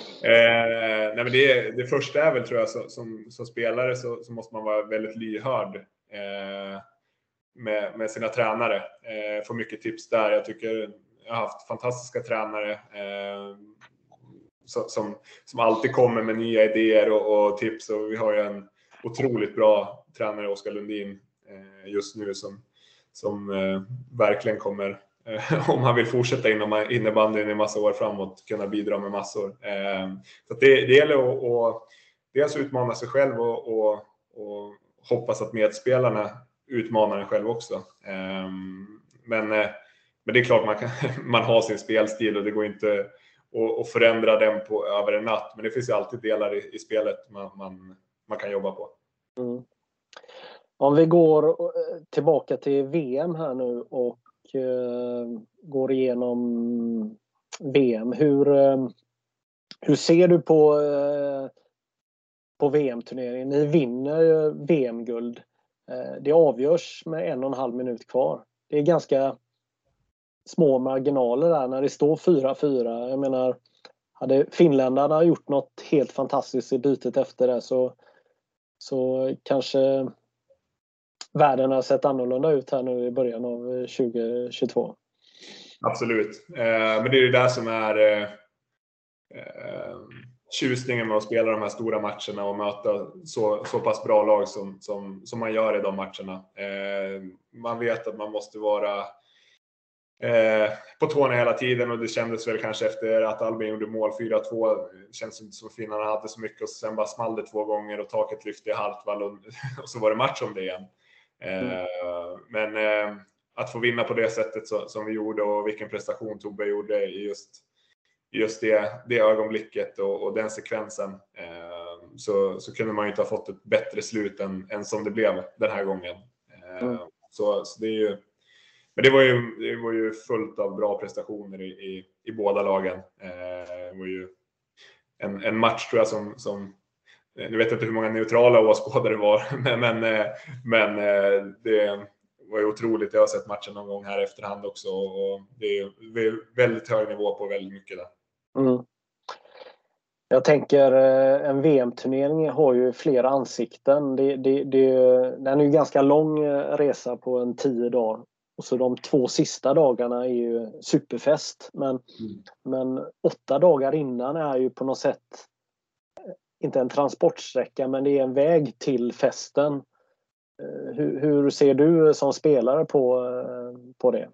Eh, nej men det, det första är väl, tror jag, så, som, som spelare så, så måste man vara väldigt lyhörd eh, med, med sina tränare. Eh, få mycket tips där. Jag tycker jag har haft fantastiska tränare eh, som, som alltid kommer med nya idéer och, och tips. Och vi har ju en otroligt bra tränare, Oskar Lundin, eh, just nu som, som eh, verkligen kommer, eh, om han vill fortsätta inom innebandyn i massa år framåt, kunna bidra med massor. Eh, så att det, det gäller att, att dels utmana sig själv och, och, och hoppas att medspelarna utmanar en själv också. Eh, men, eh, men det är klart man, kan, man har sin spelstil och det går inte och, och förändra den på över en natt. Men det finns ju alltid delar i, i spelet man, man, man kan jobba på. Mm. Om vi går tillbaka till V M här nu och eh, går igenom V M. Hur, eh, hur ser du på, eh, på V M-turneringen? Ni vinner V M-guld. Eh, det avgörs med en och en halv minut kvar. Det är ganska små marginaler där när det står fyra fyra. Jag menar, hade finländarna gjort något helt fantastiskt i bytet efter det, så, så kanske världen har sett annorlunda ut här nu i början av tjugo tjugotvå. Absolut. Eh, men det är ju det som är eh, eh, tjusningen med att spela de här stora matcherna och möta så, så pass bra lag som, som, som man gör i de matcherna. Eh, man vet att man måste vara Eh, på tårna hela tiden, och det kändes väl kanske efter att Albin gjorde mål fyra två, det känns inte som att finnarna hade så mycket, och sen bara small det två gånger och taket lyfte i Hartwall och, och så var det match om det igen. Eh, mm. Men eh, att få vinna på det sättet så, som vi gjorde, och vilken prestation Tobbe gjorde i just, just det, det ögonblicket och, och den sekvensen, eh, så, så kunde man ju inte ha fått ett bättre slut än, än som det blev den här gången. Eh, mm. så, så det är ju Men det var ju, det var ju fullt av bra prestationer i, i, i båda lagen. Eh, det var ju en, en match, tror jag, som, som... Nu vet jag inte hur många neutrala åskådare det var, men, men, men det var ju otroligt. Jag har sett matchen någon gång här efterhand också, och, och det, är, det är väldigt hög nivå på väldigt mycket där. Mm. Jag tänker en V M-turnering har ju flera ansikten. Det, det, det, den är ju ganska lång resa på en tio dagar. Och så de två sista dagarna är ju superfest. Men, mm. men åtta dagar innan är ju på något sätt inte en transportsträcka, men det är en väg till festen. Hur, hur ser du som spelare på, på det?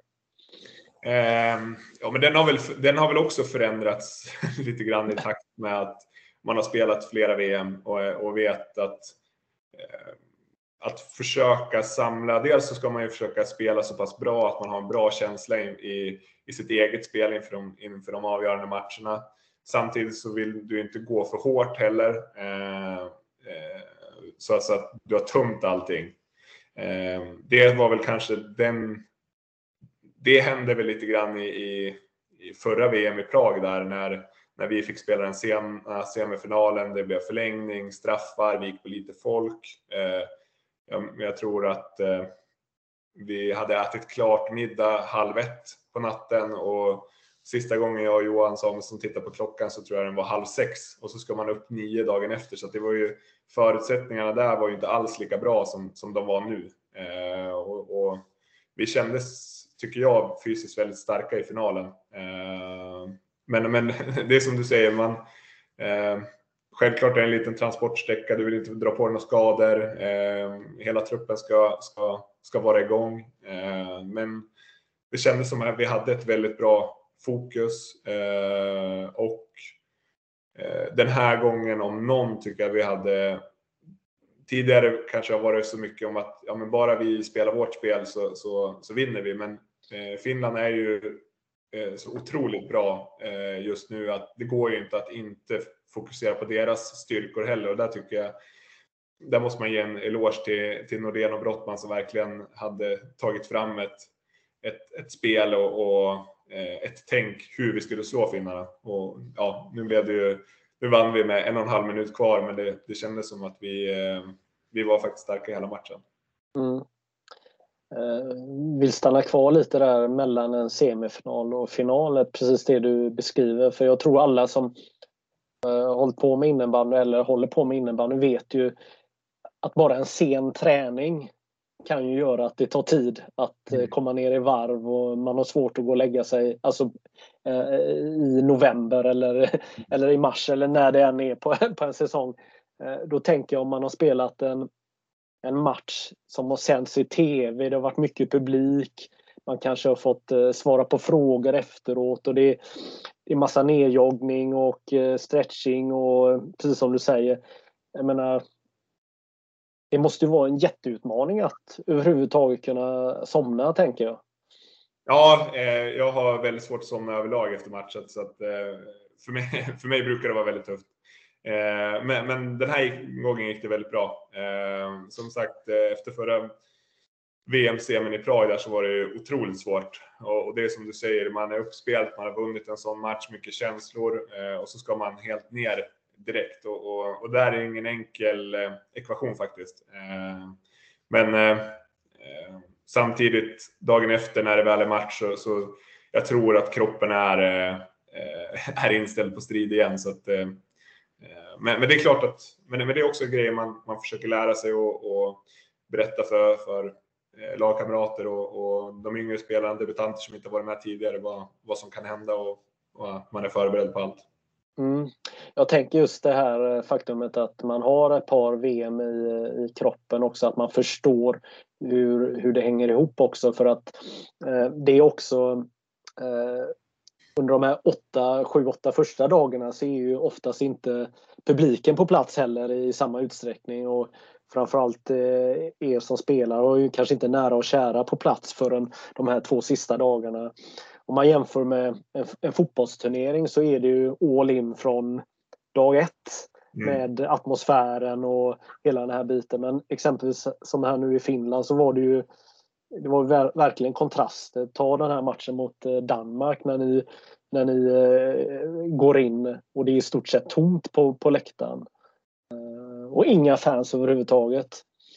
Um, ja, men den har, väl, den har väl också förändrats lite grann i takt med att man har spelat flera V M och, och vet att eh, att försöka samla, dels så ska man ju försöka spela så pass bra att man har en bra känsla i, i, i sitt eget spel inför de, inför de avgörande matcherna. Samtidigt så vill du inte gå för hårt heller, eh, eh, så alltså att du har tömt allting. Eh, det var väl kanske den det hände väl lite grann i, i, i förra V M i Prag där när, när vi fick spela den sena semifinalen. Det blev förlängning, straffar, vi gick på lite folk. Eh, jag, jag tror att eh, vi hade ätit klart middag halv ett på natten och sista gången jag och Johan Samuelsson tittade på klockan så tror jag den var halv sex och så ska man upp nio dagen efter. Så att det var ju, förutsättningarna där var ju inte alls lika bra som, som de var nu. Eh, och, och vi kändes, tycker jag, fysiskt väldigt starka i finalen. Eh, men, men det är som du säger, man, eh, självklart är det en liten transportsträcka, du vill inte dra på dig några skador. Eh, hela truppen ska, ska, ska vara igång. Eh, men det kändes som att vi hade ett väldigt bra fokus. Eh, och eh, den här gången om någon tycker jag vi hade... Tidigare kanske har varit så mycket om att ja, men bara vi spelar vårt spel så, så, så vinner vi. Men eh, Finland är ju eh, så otroligt bra eh, just nu att det går ju inte att inte fokusera på deras styrkor heller. Och där tycker jag, där måste man ge en eloge till, till Nordén och Brottman som verkligen hade tagit fram ett, ett, ett spel och, och eh, ett tänk hur vi skulle slå finnarna. Och ja, nu blev det ju... Nu vann vi med en och en halv minut kvar, men det, det kändes som att vi, eh, vi var faktiskt starka i hela matchen. Mm. Eh, vill stanna kvar lite där mellan en semifinal och final, precis det du beskriver. För jag tror alla som eh, hållit på med innebandy eller håller på med innebandy vet ju att bara en sen träning kan ju göra att det tar tid att mm. komma ner i varv och man har svårt att gå och lägga sig alltså, eh, i november eller, eller i mars eller när det än är på, på en säsong. Eh, då tänker jag om man har spelat en, en match som har sänds i tv, det har varit mycket publik, man kanske har fått eh, svara på frågor efteråt och det, det är massa nedjoggning och eh, stretching och precis som du säger, jag menar det måste ju vara en jätteutmaning att överhuvudtaget kunna somna, tänker jag. Ja, eh, jag har väldigt svårt att somna överlag efter matchen. Så att, eh, för, mig, för mig brukar det vara väldigt tufft. Eh, men, men den här gången gick det väldigt bra. Eh, som sagt, eh, efter förra V M-semin i Prag där så var det otroligt svårt. Och, och det är som du säger, man är uppspelt, man har vunnit en sån match, mycket känslor. Eh, och så ska man helt ner direkt och, och, och där är ingen enkel eh, ekvation faktiskt. Eh, men eh, samtidigt dagen efter när det väl är match så, så jag tror att kroppen är, eh, är inställd på strid igen. Så att, eh, men, men det är klart att men, men det är också grejer man, man försöker lära sig och, och berätta för, för eh, lagkamrater och, och de yngre spelarna, debutanter som inte varit med tidigare vad, vad som kan hända och, och att man är förberedd på allt. Mm. Jag tänker just det här faktumet att man har ett par V M i, i kroppen också, att man förstår hur, hur det hänger ihop också, för att eh, det är också eh, under de här åtta, sju, åtta första dagarna så är ju oftast inte publiken på plats heller i samma utsträckning och framförallt eh, er som spelar och ju kanske inte nära och kära på plats förrän de här två sista dagarna. Om man jämför med en, en fotbollsturnering så är det ju all in från dag ett med mm. atmosfären och hela den här biten. Men exempelvis som här nu i Finland så var det ju det var ver- verkligen kontrast. Ta den här matchen mot Danmark när ni, när ni eh, går in och det är i stort sett tomt på, på läktaren. Eh, och inga fans överhuvudtaget.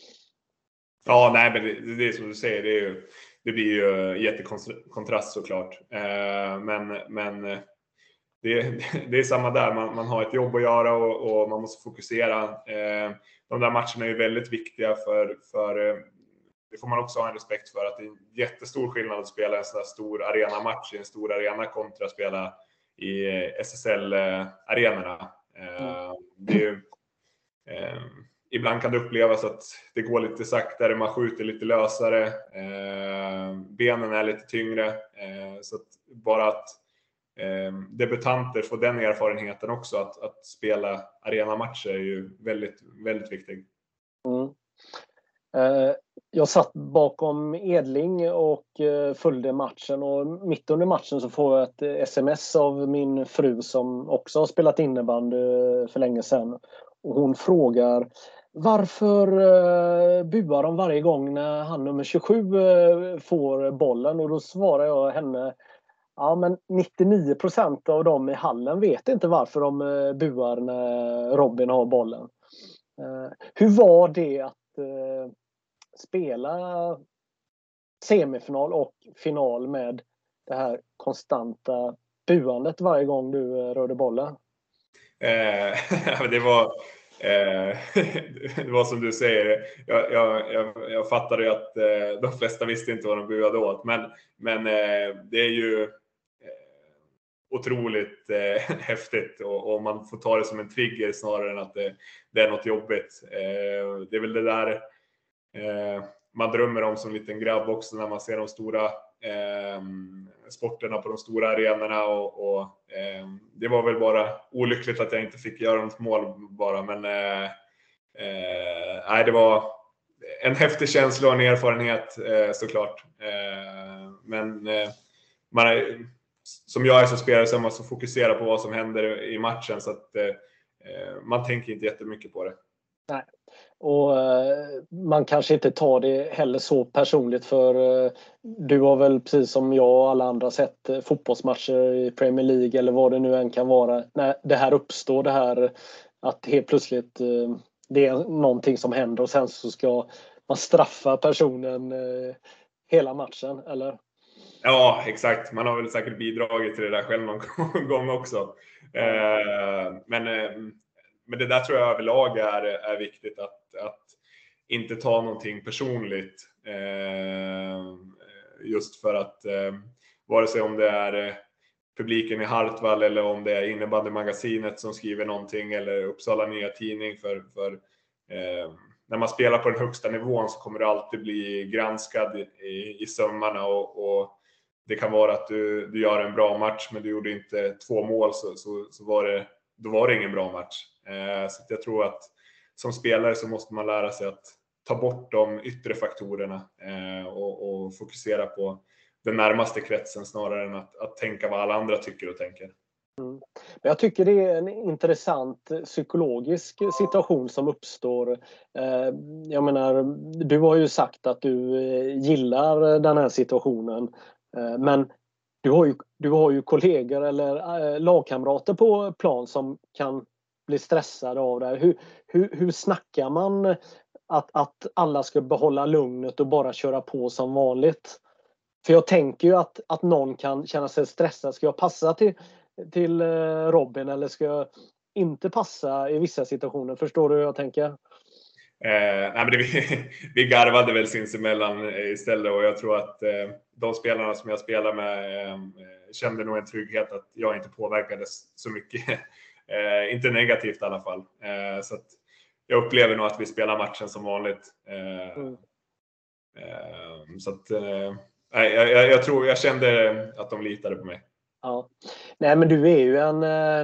Ja, nej, men det, det är som du säger, det är ju Det blir ju jättekontrast såklart. Men, men det, det är samma där, man, man har ett jobb att göra och, och man måste fokusera. Eh, de där matcherna är ju väldigt viktiga för, för eh, det får man också ha en respekt för, att det är en jättestor skillnad att spela en sån här stor arenamatch i en stor arena kontra att spela i S S L-arenorna. Eh, det är ju, eh, ibland kan det upplevas att det går lite saktare, man skjuter lite lösare, eh, benen är lite tyngre, eh, så att bara att eh, debutanter får den erfarenheten också, att, att spela arenamatcher är ju väldigt, väldigt viktigt. Mm. Eh, jag satt bakom Edling och eh, följde matchen, och mitt under matchen så får jag ett sms av min fru som också har spelat innebandy för länge sedan, och hon frågar: varför eh, buar de varje gång när han nummer tjugosju eh, får bollen? Och då svarar jag henne: ja, men nittionio procent av dem i hallen vet inte varför de eh, buar när Robin har bollen. Eh, hur var det att eh, spela semifinal och final med det här konstanta buandet varje gång du eh, rörde bollen? Eh, det var eh, det var som du säger, jag, jag, jag, jag fattade ju att eh, de flesta visste inte vad de buade åt, men, men eh, det är ju eh, otroligt eh, häftigt, och, och man får ta det som en trigger snarare än att det, det är något jobbigt. Eh, det är väl det där eh, man drömmer om som liten grabb också, när man ser de stora eh, sporterna på de stora arenorna, och, och eh, det var väl bara olyckligt att jag inte fick göra något mål bara, men eh, eh, nej, det var en häftig känsla och en erfarenhet eh, såklart. Eh, men eh, man är, som jag är som spelare, så är man så fokuserad på vad som händer i matchen, så att eh, man tänker inte jättemycket på det. Nej. Och eh, man kanske inte tar det heller så personligt, för eh, du har väl precis som jag och alla andra sett eh, fotbollsmatcher i Premier League eller vad det nu än kan vara, när det här uppstår, det här att helt plötsligt eh, det är någonting som händer och sen så ska man straffa personen eh, hela matchen, eller? Ja, exakt. Man har väl säkert bidragit till det där själv någon gång också. Eh, men eh, Men det där tror jag överlag är, är viktigt, att, att inte ta någonting personligt. Eh, just för att eh, vare sig om det är publiken i Hartwall eller om det är innebandymagasinet som skriver någonting, eller Uppsala Nya Tidning, för, för eh, när man spelar på den högsta nivån så kommer du alltid bli granskad i, i sömmarna, och, och det kan vara att du, du gör en bra match men du gjorde inte två mål, så, så, så var det, då var det ingen bra match. Eh, så jag tror att som spelare så måste man lära sig att ta bort de yttre faktorerna eh, och, och fokusera på den närmaste kretsen snarare än att, att tänka vad alla andra tycker och tänker. Mm. Men jag tycker det är en intressant psykologisk situation som uppstår. Eh, jag menar, du har ju sagt att du gillar den här situationen, eh, men du har ju, du har ju kollegor eller eh, lagkamrater på plan som kan bli stressade av det här. Hur, hur, hur snackar man att, att alla ska behålla lugnet och bara köra på som vanligt? För jag tänker ju att, att någon kan känna sig stressad. Ska jag passa till, till Robin eller ska jag inte passa i vissa situationer? Förstår du hur jag tänker? Eh, nej, men det, vi, vi garvade väl sinsemellan istället, och jag tror att eh, de spelarna som jag spelar med eh, kände nog en trygghet att jag inte påverkades så mycket. eh, inte negativt i alla fall. Eh, så att jag upplever nog att vi spelar matchen som vanligt. Eh, mm. eh, så att eh, jag, jag, jag tror jag kände att de litade på mig. Ja. Nej, men du är ju en,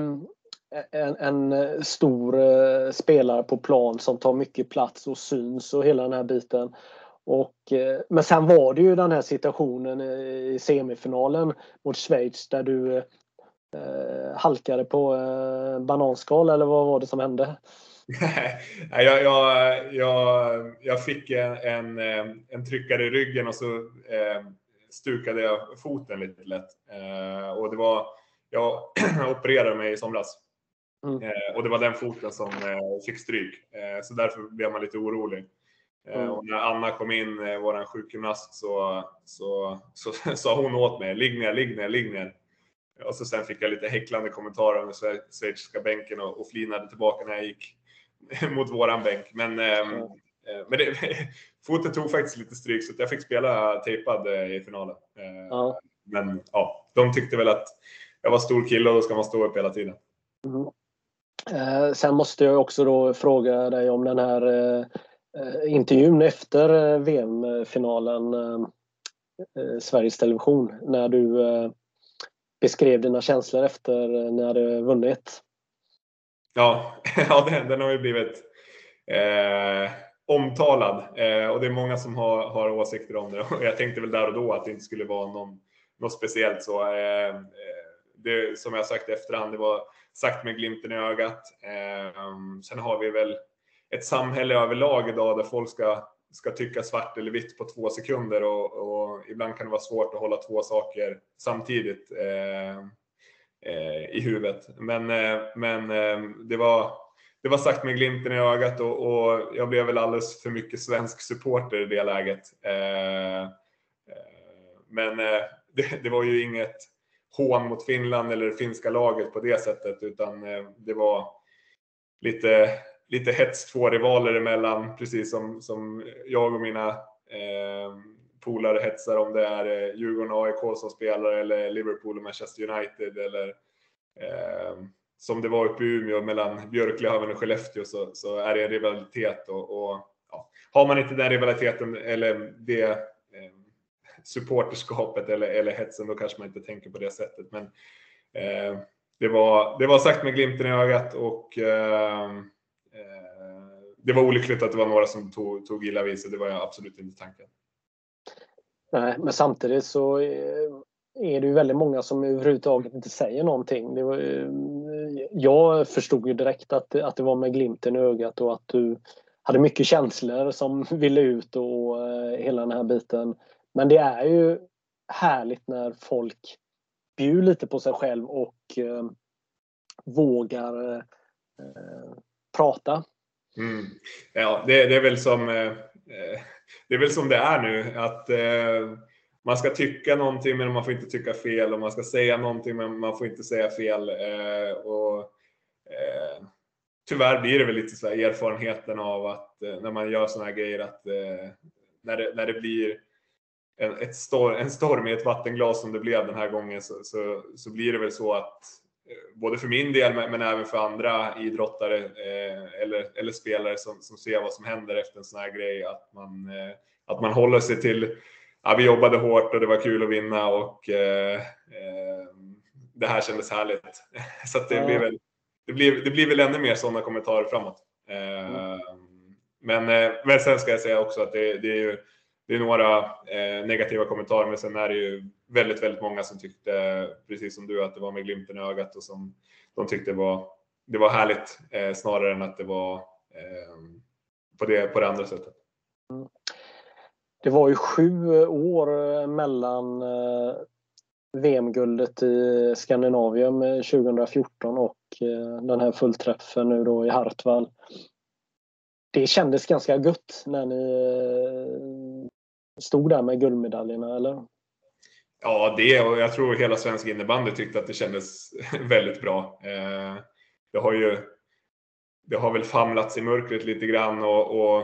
en, en stor spelare på plan som tar mycket plats och syns och hela den här biten. Och, men sen var det ju den här situationen i semifinalen mot Schweiz där du eh, halkade på eh, bananskal, eller vad var det som hände? jag, jag, jag, jag fick en, en, en tryckare i ryggen och så eh, stukade jag foten lite lätt. Eh, och det var, jag opererade mig i somras. Mm. Eh, och det var den foten som eh, fick stryk. Eh, så därför blev man lite orolig. Eh, mm. Och när Anna kom in, eh, våran sjukgymnast, så, så, så sa hon åt mig: ligg ner, ligg ner, ligg ner. och så sen fick jag lite häcklande kommentarer om den schweiziska bänken och, och flinade tillbaka när jag gick mot våran bänk. Men, eh, Ja. men det, foten tog faktiskt lite stryk så att jag fick spela tejpad i finalen. Eh, Ja. Men ja, de tyckte väl att jag var stor kille och då ska man stå upp hela tiden. Mm. Eh, sen måste jag också då fråga dig om den här eh, intervjun efter eh, V M-finalen, eh, Sveriges Television, när du eh, beskrev dina känslor efter eh, när du vunnit. Ja, ja den, den har ju blivit eh, omtalad eh, och det är många som har, har åsikter om det. Och jag tänkte väl där och då att det inte skulle vara någon, något speciellt så. Eh, det, som jag sagt i efterhand, det var sagt med glimten i ögat. Eh, sen har vi väl ett samhälle överlag idag där folk ska, ska tycka svart eller vitt på två sekunder och, och ibland kan det vara svårt att hålla två saker samtidigt eh, eh, i huvudet. Men, eh, men eh, det var det var sagt med glimten i ögat och, och jag blev väl alldeles för mycket svensk supporter i det läget. Eh, eh, men eh, det, det var ju inget hån mot Finland eller det finska laget på det sättet, utan eh, det var lite lite hets två rivaler emellan, precis som, som jag och mina eh, polare hetsar om det är eh, Djurgården och A I K som spelar eller Liverpool och Manchester United eller eh, som det var uppe i Umeå mellan Björklöven och Skellefteå, så, så är det en rivalitet och, och ja, har man inte den rivaliteten eller det eh, supporterskapet eller, eller hetsen, då kanske man inte tänker på det sättet, men eh, det, var, det var sagt med glimten i ögat och eh, det var olyckligt att det var några som tog, tog illa vid sig. Det var jag absolut inte tanken. Nej, men samtidigt så är det ju väldigt många som överhuvudtaget inte säger någonting. Det var, jag förstod ju direkt att, att det var med glimten i ögat och att du hade mycket känslor som ville ut och hela den här biten. Men det är ju härligt när folk bjuder lite på sig själv och eh, vågar eh, prata. Mm. Ja, det, det är väl som eh, det är väl som det är nu, att eh, man ska tycka någonting men man får inte tycka fel, och man ska säga någonting men man får inte säga fel. Eh, och eh, tyvärr blir det väl lite så här erfarenheten av att eh, när man gör såna här grejer att eh, när, det, när det blir en, ett stor, en storm i ett vattenglas som det blev den här gången, så, så, så blir det väl så att både för min del men även för andra idrottare eh, eller, eller spelare som, som ser vad som händer efter en sån här grej, att man, eh, att man håller sig till ja, vi jobbade hårt och det var kul att vinna och eh, eh, det här kändes härligt. Så att det, blir väl, det, blir, det blir väl ännu mer sådana kommentarer framåt. Eh, men, eh, men sen ska jag säga också att det, det är ju det är några eh, negativa kommentarer, men sen är det ju väldigt, väldigt många som tyckte, precis som du, att det var med glimten i ögat och som de tyckte var, det var härligt eh, snarare än att det var eh, på, det, på det andra sättet. Mm. Det var ju sju år mellan eh, V M-guldet i Skandinavien tjugohundrafjorton och eh, den här fullträffen nu då i Hartwall. Det kändes ganska gött när ni eh, stod där med guldmedaljerna, eller? Ja, det, och jag tror hela svensk innebandy tyckte att det kändes väldigt bra. Eh, det har ju det har väl famlats i mörkret lite grann, och, och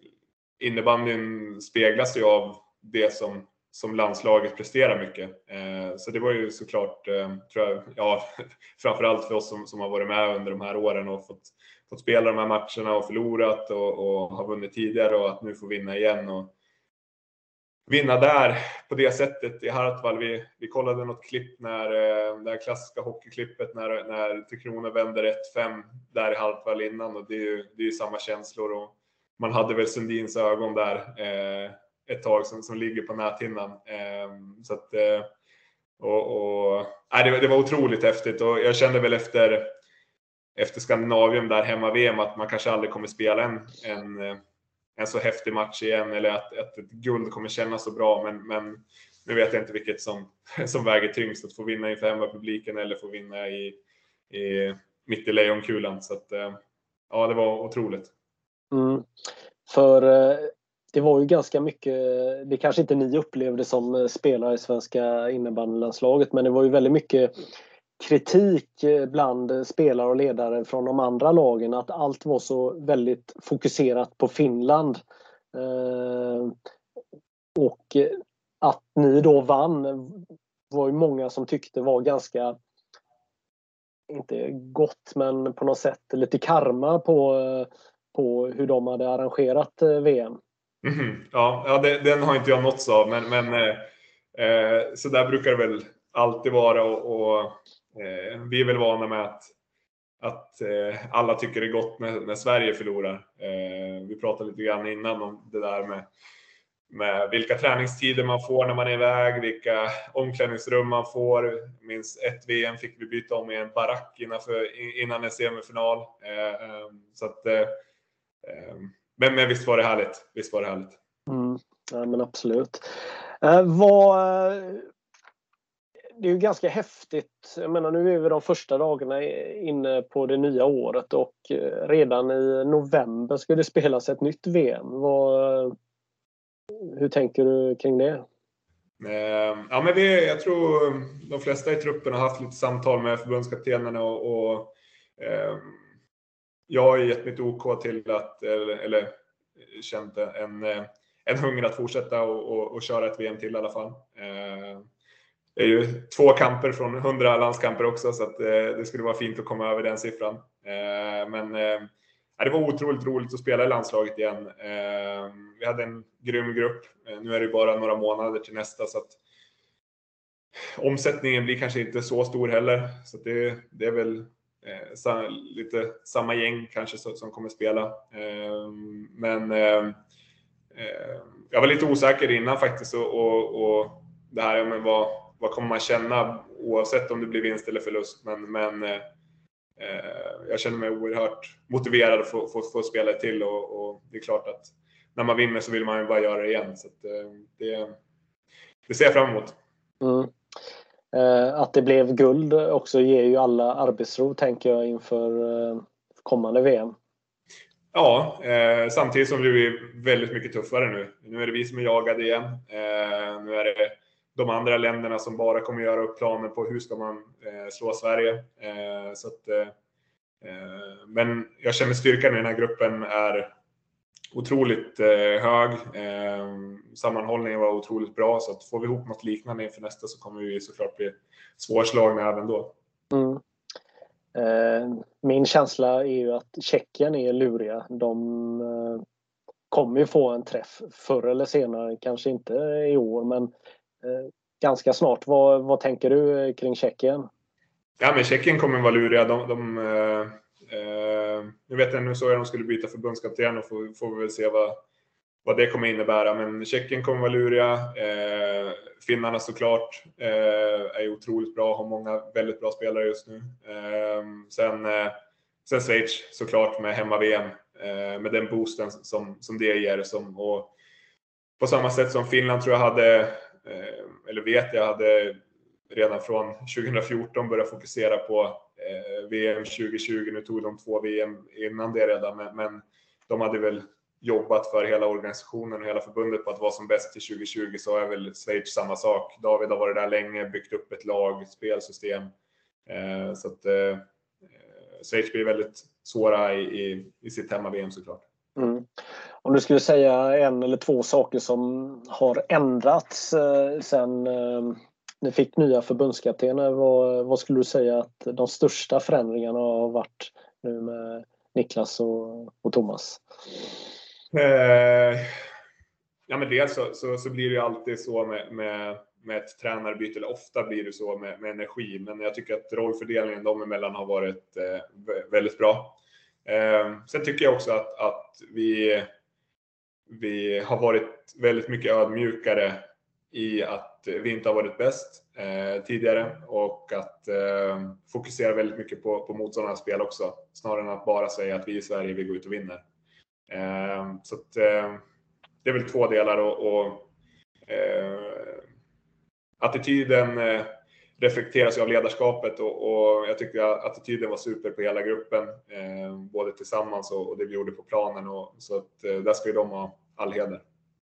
innebandyn speglas ju av det som, som landslaget presterar mycket. Eh, så det var ju såklart, eh, tror jag, ja, framförallt för oss som, som har varit med under de här åren och fått, fått spela de här matcherna och förlorat och, och har vunnit tidigare, och att nu få vinna igen och vinna där på det sättet i Hartwall. Vi, vi kollade något klipp när det här klassiska hockeyklippet när, när Tre Kronor vänder ett fem där i Hartwall innan, och det är ju, det är ju samma känslor, och man hade väl Sundins ögon där eh, ett tag som, som ligger på näthinnan. Eh, så att, eh, och, och, nej, det, det var otroligt häftigt, och jag kände väl efter, efter Skandinavien där hemma V M att man kanske aldrig kommer spela en, en en så häftig match igen, eller att, att ett guld kommer kännas så bra, men, men nu vet jag inte vilket som, som väger tyngst, att få vinna inför hemmapubliken eller få vinna i, i, mitt i lejonkulan. Så att, ja, det var otroligt. Mm. För det var ju ganska mycket, det kanske inte ni upplevde som spelare i svenska innebandylandslaget, men det var ju väldigt mycket kritik bland spelare och ledare från de andra lagen att allt var så väldigt fokuserat på Finland. Eh, och att ni då vann var ju många som tyckte var ganska, inte gott, men på något sätt lite karma på, på hur de hade arrangerat V M. Mm, ja, ja det, den har inte jag nåtts av, men, men eh, så där brukar det väl alltid vara, och, och eh, vi är väl vana med att, att eh, alla tycker det är gott när, när Sverige förlorar. Eh, vi pratade lite grann innan om det där med, med vilka träningstider man får när man är iväg, vilka omklädningsrum man får. Minst ett V M fick vi byta om i en barack innan, för, innan en semifinal. Eh, så att eh, Men, men visst var det härligt. Visst var det härligt. Mm, ja, men absolut. Eh, vad, det är ju ganska häftigt. Jag menar, nu är vi de första dagarna inne på det nya året och redan i november ska det spelas ett nytt V M. Vad, hur tänker du kring det? Eh, ja, men vi, jag tror de flesta i truppen har haft lite samtal med förbundskaptenerna och, och eh, jag har gett mitt OK till att, eller, eller känt en, en hunger att fortsätta och, och, och köra ett V M till i alla fall. Eh, det är ju två kamper från hundra landskamper också, så att, eh, det skulle vara fint att komma över den siffran. Eh, men eh, det var otroligt roligt att spela i landslaget igen. Eh, vi hade en grym grupp. Eh, nu är det bara några månader till nästa, så att omsättningen blir kanske inte så stor heller. Så att det, det är väl Eh, sa, lite samma gäng kanske som, som kommer spela. Eh, men eh, eh, jag var lite osäker innan faktiskt, och, och, och det här, ja, men vad, vad kommer man känna oavsett om det blir vinst eller förlust. Men, men eh, jag känner mig oerhört motiverad att få, få, få spela till, och, och det är klart att när man vinner så vill man ju bara göra det igen. Så att, eh, det, det ser jag fram emot. Mm. Att det blev guld också ger ju alla arbetsro, tänker jag, inför kommande V M. Ja, eh, samtidigt som det blir väldigt mycket tuffare nu. Nu är det vi som är jagade igen. Eh, nu är det de andra länderna som bara kommer göra upp planer på hur ska man eh, slå Sverige. Eh, så att, eh, men jag känner styrkan i den här gruppen är otroligt eh, hög. Eh, sammanhållningen var otroligt bra, så att får vi ihop något liknande inför nästa så kommer vi såklart bli svårslagna även då. Mm. Eh, min känsla är ju att Tjeckien är luriga. De eh, kommer ju få en träff förr eller senare, kanske inte i år, men eh, ganska snart. Vad, vad tänker du kring Tjeckien? Ja, men Tjeckien kommer vara luriga. De, de eh, eh, jag vet inte, nu så är de skulle byta förbundskapten, och får, får vi väl se vad, vad det kommer innebära. Men Tjeckien kommer vara luriga. Eh, Finnarna såklart eh, är otroligt bra, har många väldigt bra spelare just nu. Eh, sen, eh, sen Schweiz såklart med hemma-V M, eh, med den boosten som, som det ger. Som, och på samma sätt som Finland tror jag hade, eh, eller vet jag hade redan från tjugo fjorton börjat fokusera på eh, V M tjugo tjugo. Nu tog de två V M innan det redan, men, men de hade väl jobbat för hela organisationen och hela förbundet på att vara som bäst till tjugo tjugo. Så är väl Schweiz samma sak. David har varit där länge, byggt upp ett lag, spelsystem. Eh, så att eh, Schweiz blir väldigt svåra i, i, i sitt hemma-V M såklart. Mm. Om du skulle säga en eller två saker som har ändrats eh, sen eh, ni fick nya förbundskaptener, vad, vad skulle du säga att de största förändringarna har varit nu med Niklas och, och Thomas? Eh, ja, men dels så, så, så blir det ju alltid så med, med, med ett tränarbyte, eller ofta blir det så med, med energi. Men jag tycker att rollfördelningen de emellan har varit eh, väldigt bra. Eh, sen tycker jag också att, att vi, vi har varit väldigt mycket ödmjukare i att vi inte har varit bäst eh, tidigare, och att eh, fokusera väldigt mycket på, på motståndarnas spel också, snarare än att bara säga att vi i Sverige vill gå ut och vinner. Eh, så att, eh, det är väl två delar, och, och eh, attityden eh, reflekteras av ledarskapet, och, och jag tycker att attityden var super på hela gruppen, eh, både tillsammans och, och det vi gjorde på planen, och, så att eh, där ska ju de ha all heder.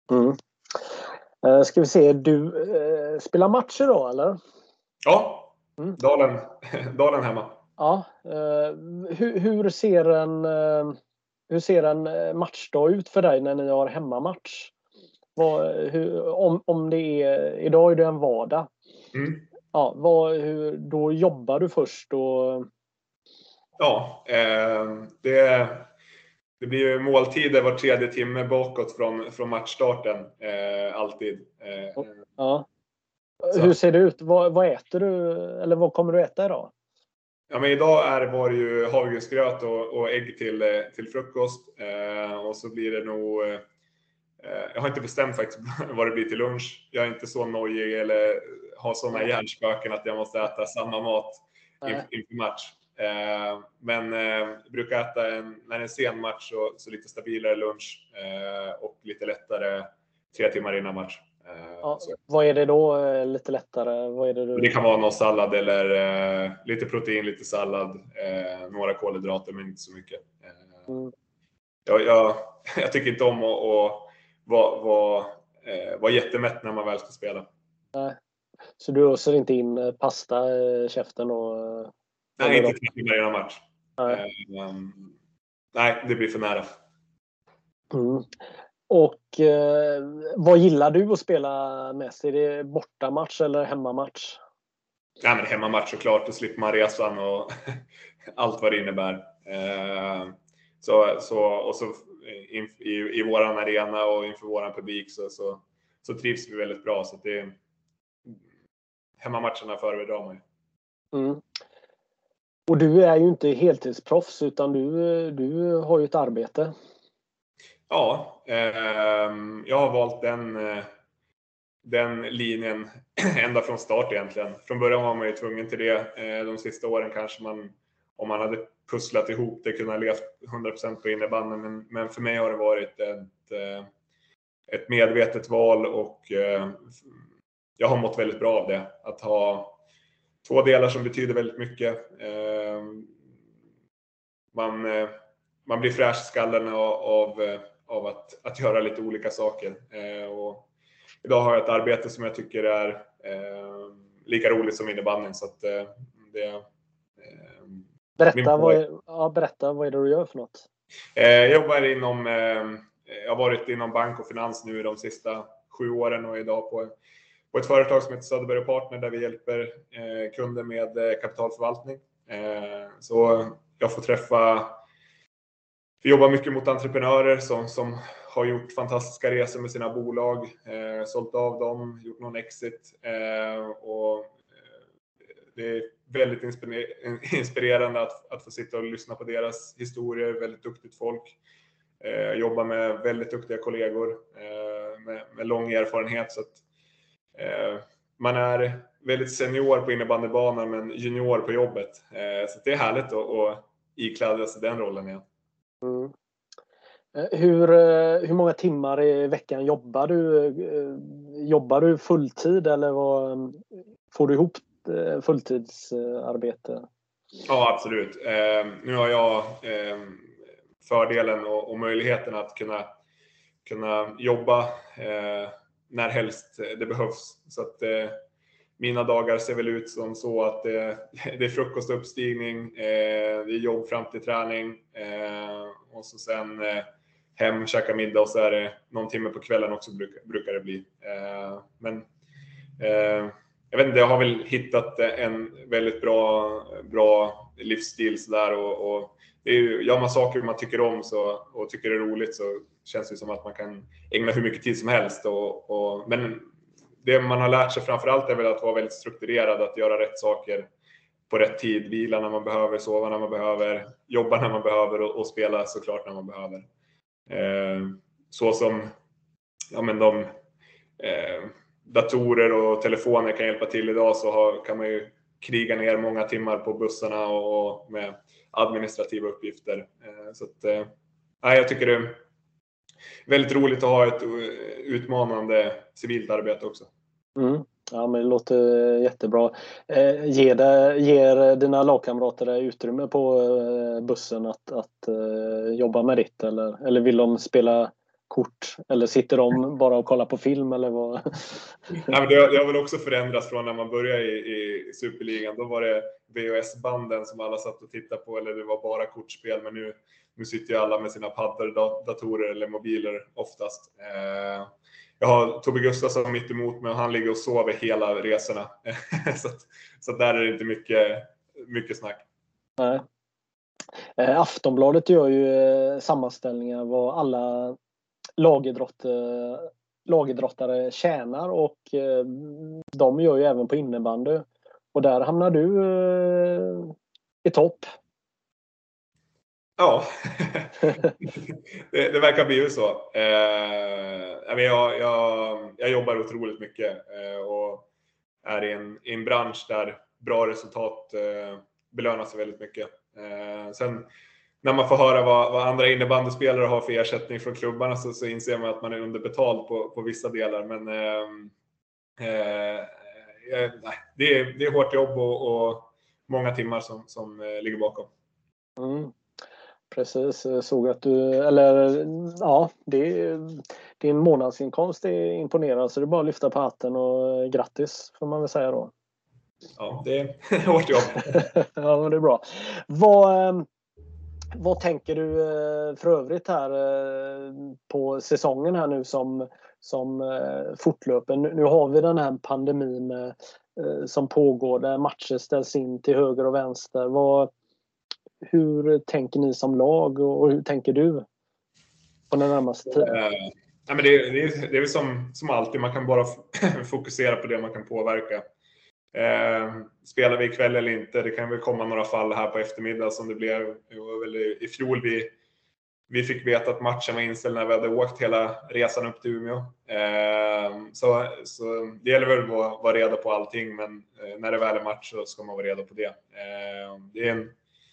Mm. Uh, ska vi se, du uh, spelar matcher då eller? Ja, mm. Dalen, Dalen hemma. Ja, uh, hur, hur ser en uh, hur ser en matchdag ut för dig när ni har hemmamatch? Vad, hur, om, om det är, idag är det en vardag. Mm. Ja, vad, hur, då jobbar du först och... Ja, eh, det, det blir ju måltider var tredje timme bakåt från, från matchstarten. Eh, alltid. Eh, ja. så. Hur ser det ut? Vad, vad äter du? Eller vad kommer du äta idag? Ja, men idag är, var det ju havregrynsgröt och, och ägg till, till frukost. Eh, och så blir det nog... Eh, jag har inte bestämt faktiskt vad det blir till lunch. Jag är inte så nojig eller har sådana hjärnspöken att jag måste äta samma mat inför, inför match. Eh, men eh, brukar äta en, när det är en sen match så, så lite stabilare lunch eh, och lite lättare tre timmar innan match. Eh, ja, vad är det då lite lättare? Vad är det, du... det kan vara någon sallad eller eh, lite protein, lite sallad, eh, några kolhydrater men inte så mycket. Eh, mm. jag, jag, jag tycker inte om att, att vara, vara, eh, vara jättemätt när man väl ska spela. Nej. Så du öser inte in pasta i käften? Och, nej, inte tre timmar innan match. Nej. Eh, um, nej, det blir för nära. Mm. Och eh, vad gillar du att spela mest? Är det bortamatch eller hemmamatch? Nej, men hemmamatch såklart. Då slipper man resan och allt vad det innebär. Eh, så, så, och så in, i, i våran arena och inför våran publik så, så, så trivs vi väldigt bra. Så det, hemmamatcherna föredrar man ju. Mm. Och du är ju inte heltidsproffs utan du, du har ju ett arbete. Ja, eh, jag har valt den, den linjen ända från start egentligen. Från början var man ju tvungen till det. Eh, de sista åren kanske man, om man hade pusslat ihop det, kunde ha levt hundra procent på innebandyn. Men, men för mig har det varit ett, ett medvetet val och eh, jag har mått väldigt bra av det. Att ha två delar som betyder väldigt mycket. Eh, man, eh, man blir fräsch i skallen av, av, av att, att göra lite olika saker. Eh, och idag har jag ett arbete som jag tycker är eh, lika roligt som innebandyn. Så att, eh, det, eh, berätta, vad är, ja, berätta, vad är det du gör för något? Eh, jag jobbar inom, eh, jag har varit inom bank och finans nu de sista sju åren och idag på, på ett företag som heter Söderberg och Partner där vi hjälper eh, kunder med eh, kapitalförvaltning. Eh, så jag får träffa, vi jobbar mycket mot entreprenörer som, som har gjort fantastiska resor med sina bolag, eh, sålt av dem, gjort någon exit eh, och eh, det är väldigt inspirerande att, att få sitta och lyssna på deras historier. Väldigt duktigt folk. Eh, jobbar med väldigt duktiga kollegor eh, med, med lång erfarenhet. Så att, eh, man är väldigt senior på innebandybanan men junior på jobbet. Eh, så det är härligt att, att ikläda sig den rollen igen. Mm. Hur, hur många timmar i veckan jobbar du? Jobbar du fulltid eller vad, får du ihop fulltidsarbete? Ja, absolut. Eh, nu har jag eh, fördelen och, och möjligheten att kunna, kunna jobba eh, när helst det behövs. Så att eh, mina dagar ser väl ut som så att eh, det är frukost och uppstigning, eh, det är jobb fram till träning eh, och så sen eh, hem, käka middag och så är det någon timme på kvällen också brukar, brukar det bli. Eh, men eh, jag vet inte, jag har väl hittat en väldigt bra, bra livsstil så där och, och det är ju, gör man saker man tycker om så, och tycker det är roligt så känns det som att man kan ägna hur mycket tid som helst. Och, och, men det man har lärt sig framförallt är väl att vara väldigt strukturerad, att göra rätt saker på rätt tid, vila när man behöver, sova när man behöver, jobba när man behöver och, och spela såklart när man behöver. Eh, så som ja, men de eh, datorer och telefoner kan hjälpa till idag så har, kan man ju kriga ner många timmar på bussarna och, och med administrativa uppgifter. Eh, så att, eh, jag tycker det är väldigt roligt att ha ett utmanande civilt arbete också. Mm. Ja, men det låter jättebra. Eh, ger, det, ger dina lagkamrater dig utrymme på eh, bussen att, att eh, jobba med ditt? Eller, eller vill de spela kort? Eller sitter de bara och kollar på film eller vad? Ja, men det, det har väl också förändrats från när man började i, i Superligan. Då var det V H S-banden som alla satt och tittade på, eller det var bara kortspel. Men nu, nu sitter ju alla med sina paddor, datorer eller mobiler oftast. Eh, jag har Tobbe Gustafsson mitt emot mig och han ligger och sover hela resorna. så, att, så att där är det inte mycket, mycket snack. Nej. Eh, Aftonbladet gör ju eh, sammanställningar vad alla lagidrott, eh, lagidrottare tjänar och eh, de gör ju även på innebandy. Och där hamnar du eh, i topp. Ja, det, det verkar bli ju så. Eh, jag, jag, jag jobbar otroligt mycket eh, och är i en, i en bransch där bra resultat eh, belönas sig väldigt mycket. Eh, sen när man får höra vad, vad andra innebandyspelare har för ersättning från klubbarna så, så inser man att man är underbetald på, på vissa delar. Men eh, eh, nej, det, är, det är hårt jobb och, och många timmar som, som eh, ligger bakom. Mm. Precis, jag såg att du, eller ja, det, din månadsinkomst är imponerande så det är bara att lyfta på hatten och grattis får man väl säga då. Ja, det är hårt jobb. Ja, men det är bra. Vad, vad tänker du för övrigt här på säsongen här nu som, som fortlöper? Nu har vi den här pandemin med, som pågår där matcher ställs in till höger och vänster. Vad Hur tänker ni som lag och hur tänker du på den närmaste tiden? Eh, ja, men det, det, är, det är väl som, som alltid, man kan bara fokusera på det man kan påverka. Eh, spelar vi ikväll eller inte? Det kan väl komma några fall här på eftermiddag som det blev det var väl i, i fjol. Vi, vi fick veta att matchen var inställd när vi hade åkt hela resan upp till Umeå. Eh, så, så det gäller väl att vara, vara redo på allting, men eh, när det väl är match så ska man vara redo på det. Eh, det är en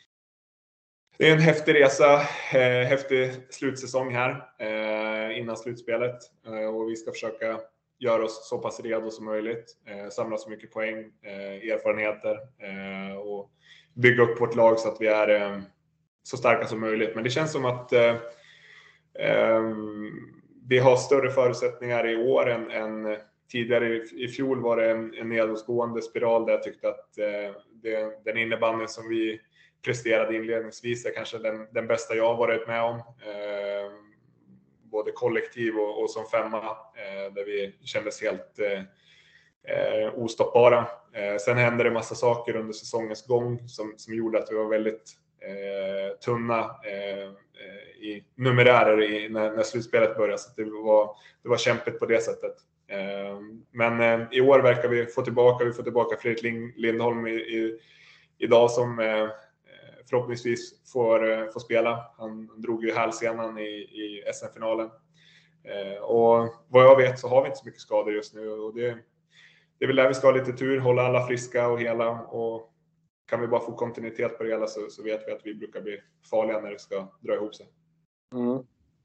Det är en häftig resa, eh, häftig slutsäsong här eh, innan slutspelet. Eh, och vi ska försöka göra oss så pass redo som möjligt. Eh, samla så mycket poäng, eh, erfarenheter eh, och bygga upp vårt lag så att vi är eh, så starka som möjligt. Men det känns som att eh, eh, vi har större förutsättningar i år än, än tidigare. I, I fjol var det en, en nedåtgående spiral där jag tyckte att eh, det, den innebandyn som vi presterade inledningsvis är kanske den, den bästa jag har varit med om. Eh, både kollektiv och, och som femma. Eh, där vi kändes helt eh, ostoppbara. Eh, sen hände det massa saker under säsongens gång som, som gjorde att vi var väldigt eh, tunna eh, i numerärer i, när, när slutspelet började. Så det var, det var kämpigt på det sättet. Eh, men eh, i år verkar vi få tillbaka, vi får tillbaka Fredrik Lindholm i, i, idag som eh, förhoppningsvis får, får spela. Han drog ju hälsenan i, i S M-finalen. Eh, och vad jag vet så har vi inte så mycket skador just nu. Och det, det är väl där vi ska ha lite tur, hålla alla friska och hela. Och kan vi bara få kontinuitet på det hela så, så vet vi att vi brukar bli farliga när det ska dra ihop sig. Mm.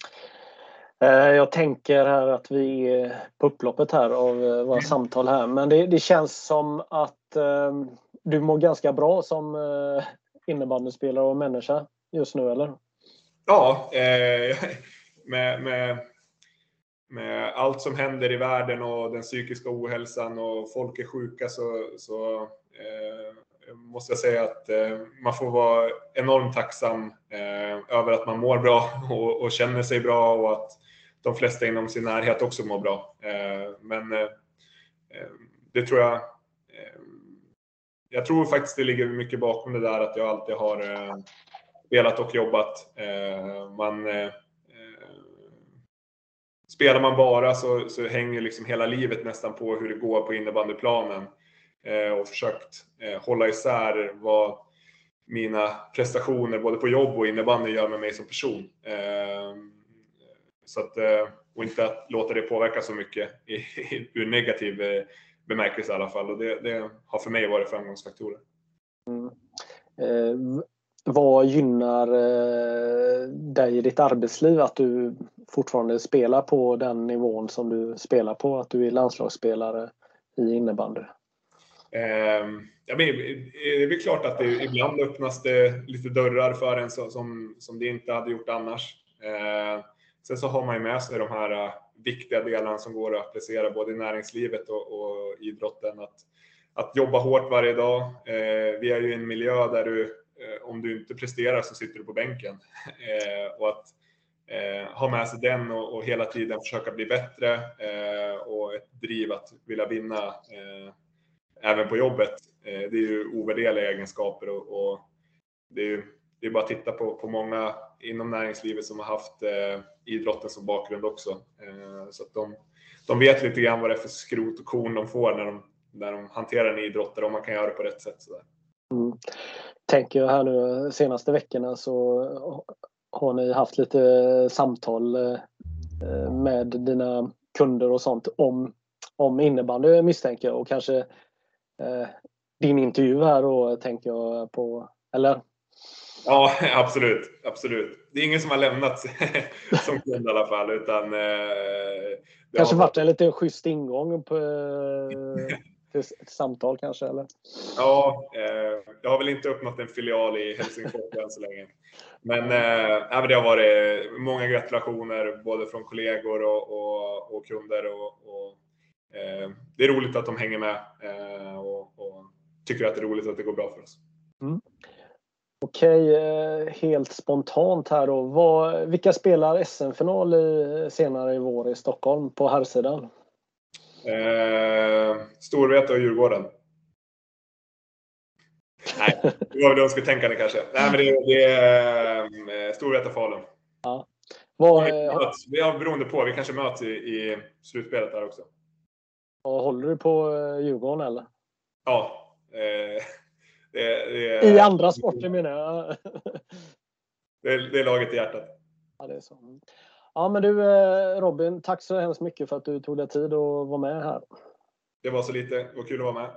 Eh, jag tänker här att vi är på upploppet här av eh, våra samtal här. Men det, det känns som att eh, du mår ganska bra som eh, innebandyspelare och människa just nu, eller? Ja, eh, med, med, med allt som händer i världen och den psykiska ohälsan och folk är sjuka så, så eh, måste jag säga att eh, man får vara enormt tacksam eh, över att man mår bra och, och känner sig bra och att de flesta inom sin närhet också mår bra. Eh, men eh, det tror jag eh, jag tror faktiskt det ligger mycket bakom det där att jag alltid har eh, spelat och jobbat. Eh, man, eh, spelar man bara så, så hänger liksom hela livet nästan på hur det går på innebandyplanen. Eh, och försökt eh, hålla isär vad mina prestationer både på jobb och innebandy gör med mig som person. Eh, så att, eh, och inte att låta det påverka så mycket i, i, ur negativ eh, bemärkelse i alla fall. Och det, det har för mig varit framgångsfaktorer. Mm. Eh, vad gynnar eh, dig i ditt arbetsliv att du fortfarande spelar på den nivån som du spelar på? Att du är landslagsspelare i innebandy? Eh, ja, men, det är väl klart att det, ibland öppnas det lite dörrar för en som, som, som det inte hade gjort annars. Eh, sen så har man ju med sig de här uh, viktiga delarna som går att applicera både i näringslivet och, och idrotten. Att, att jobba hårt varje dag. Eh, vi är ju i en miljö där du, eh, om du inte presterar så sitter du på bänken. Eh, och att eh, ha med sig den och, och hela tiden försöka bli bättre eh, och ett driv att vilja vinna eh, även på jobbet. Eh, det är ju ovärderliga egenskaper och, och det är ju det är bara att titta på, på många inom näringslivet som har haft eh, idrotten som bakgrund också. Eh, så att de, de vet lite grann vad det är för skrot och korn de får när de, när de hanterar en idrottare, om man kan göra det på rätt sätt. Sådär. Mm. Tänker jag här nu senaste veckorna så har ni haft lite samtal eh, med dina kunder och sånt om, om innebandy, misstänker jag. Och kanske eh, din intervju här då, tänker jag på, eller? Ja, absolut. absolut. Det är ingen som har lämnat som kund i alla fall. Utan, eh, kanske har varit en lite schysst ingång på eh, ett samtal kanske, eller? Ja, eh, jag har väl inte öppnat en filial i Helsingfors än så länge. Men, eh, det har varit många gratulationer både från kollegor och, och, och kunder. Och, och, eh, det är roligt att de hänger med eh, och, och tycker att det är roligt att det går bra för oss. Mm. Okej, helt spontant här då. Vad, vilka spelar S M-final i, senare i vår i Stockholm på herrsidan? Eh, Storvreta och Djurgården. Nej, det var väl önsketänkande kanske. Nej, men det, det är eh, Storvreta Falun. Ja. Vad, vi, möts, vi har beroende på, vi kanske möts i, i slutspelet där också. Och håller du på Djurgården eller? Ja. Eh, Det, det, I andra sporter menar jag. det, är, det är laget i hjärtat. Ja, det är så. Ja, men du Robin, tack så hemskt mycket för att du tog dig tid att vara med här. Det var så lite, det var kul att vara med.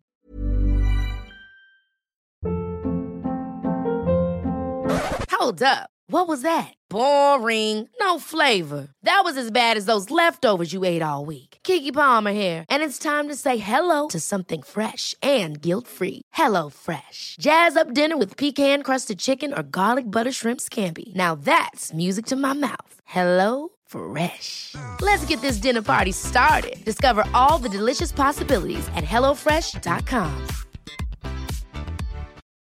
Hold up. What was that? Boring. No flavor. That was as bad as those leftovers you ate all week. Keke Palmer here, and it's time to say hello to something fresh and guilt-free. Hello Fresh. Jazz up dinner with pecan-crusted chicken or garlic butter shrimp scampi. Now that's music to my mouth. Hello Fresh. Let's get this dinner party started. Discover all the delicious possibilities at hello fresh dot com.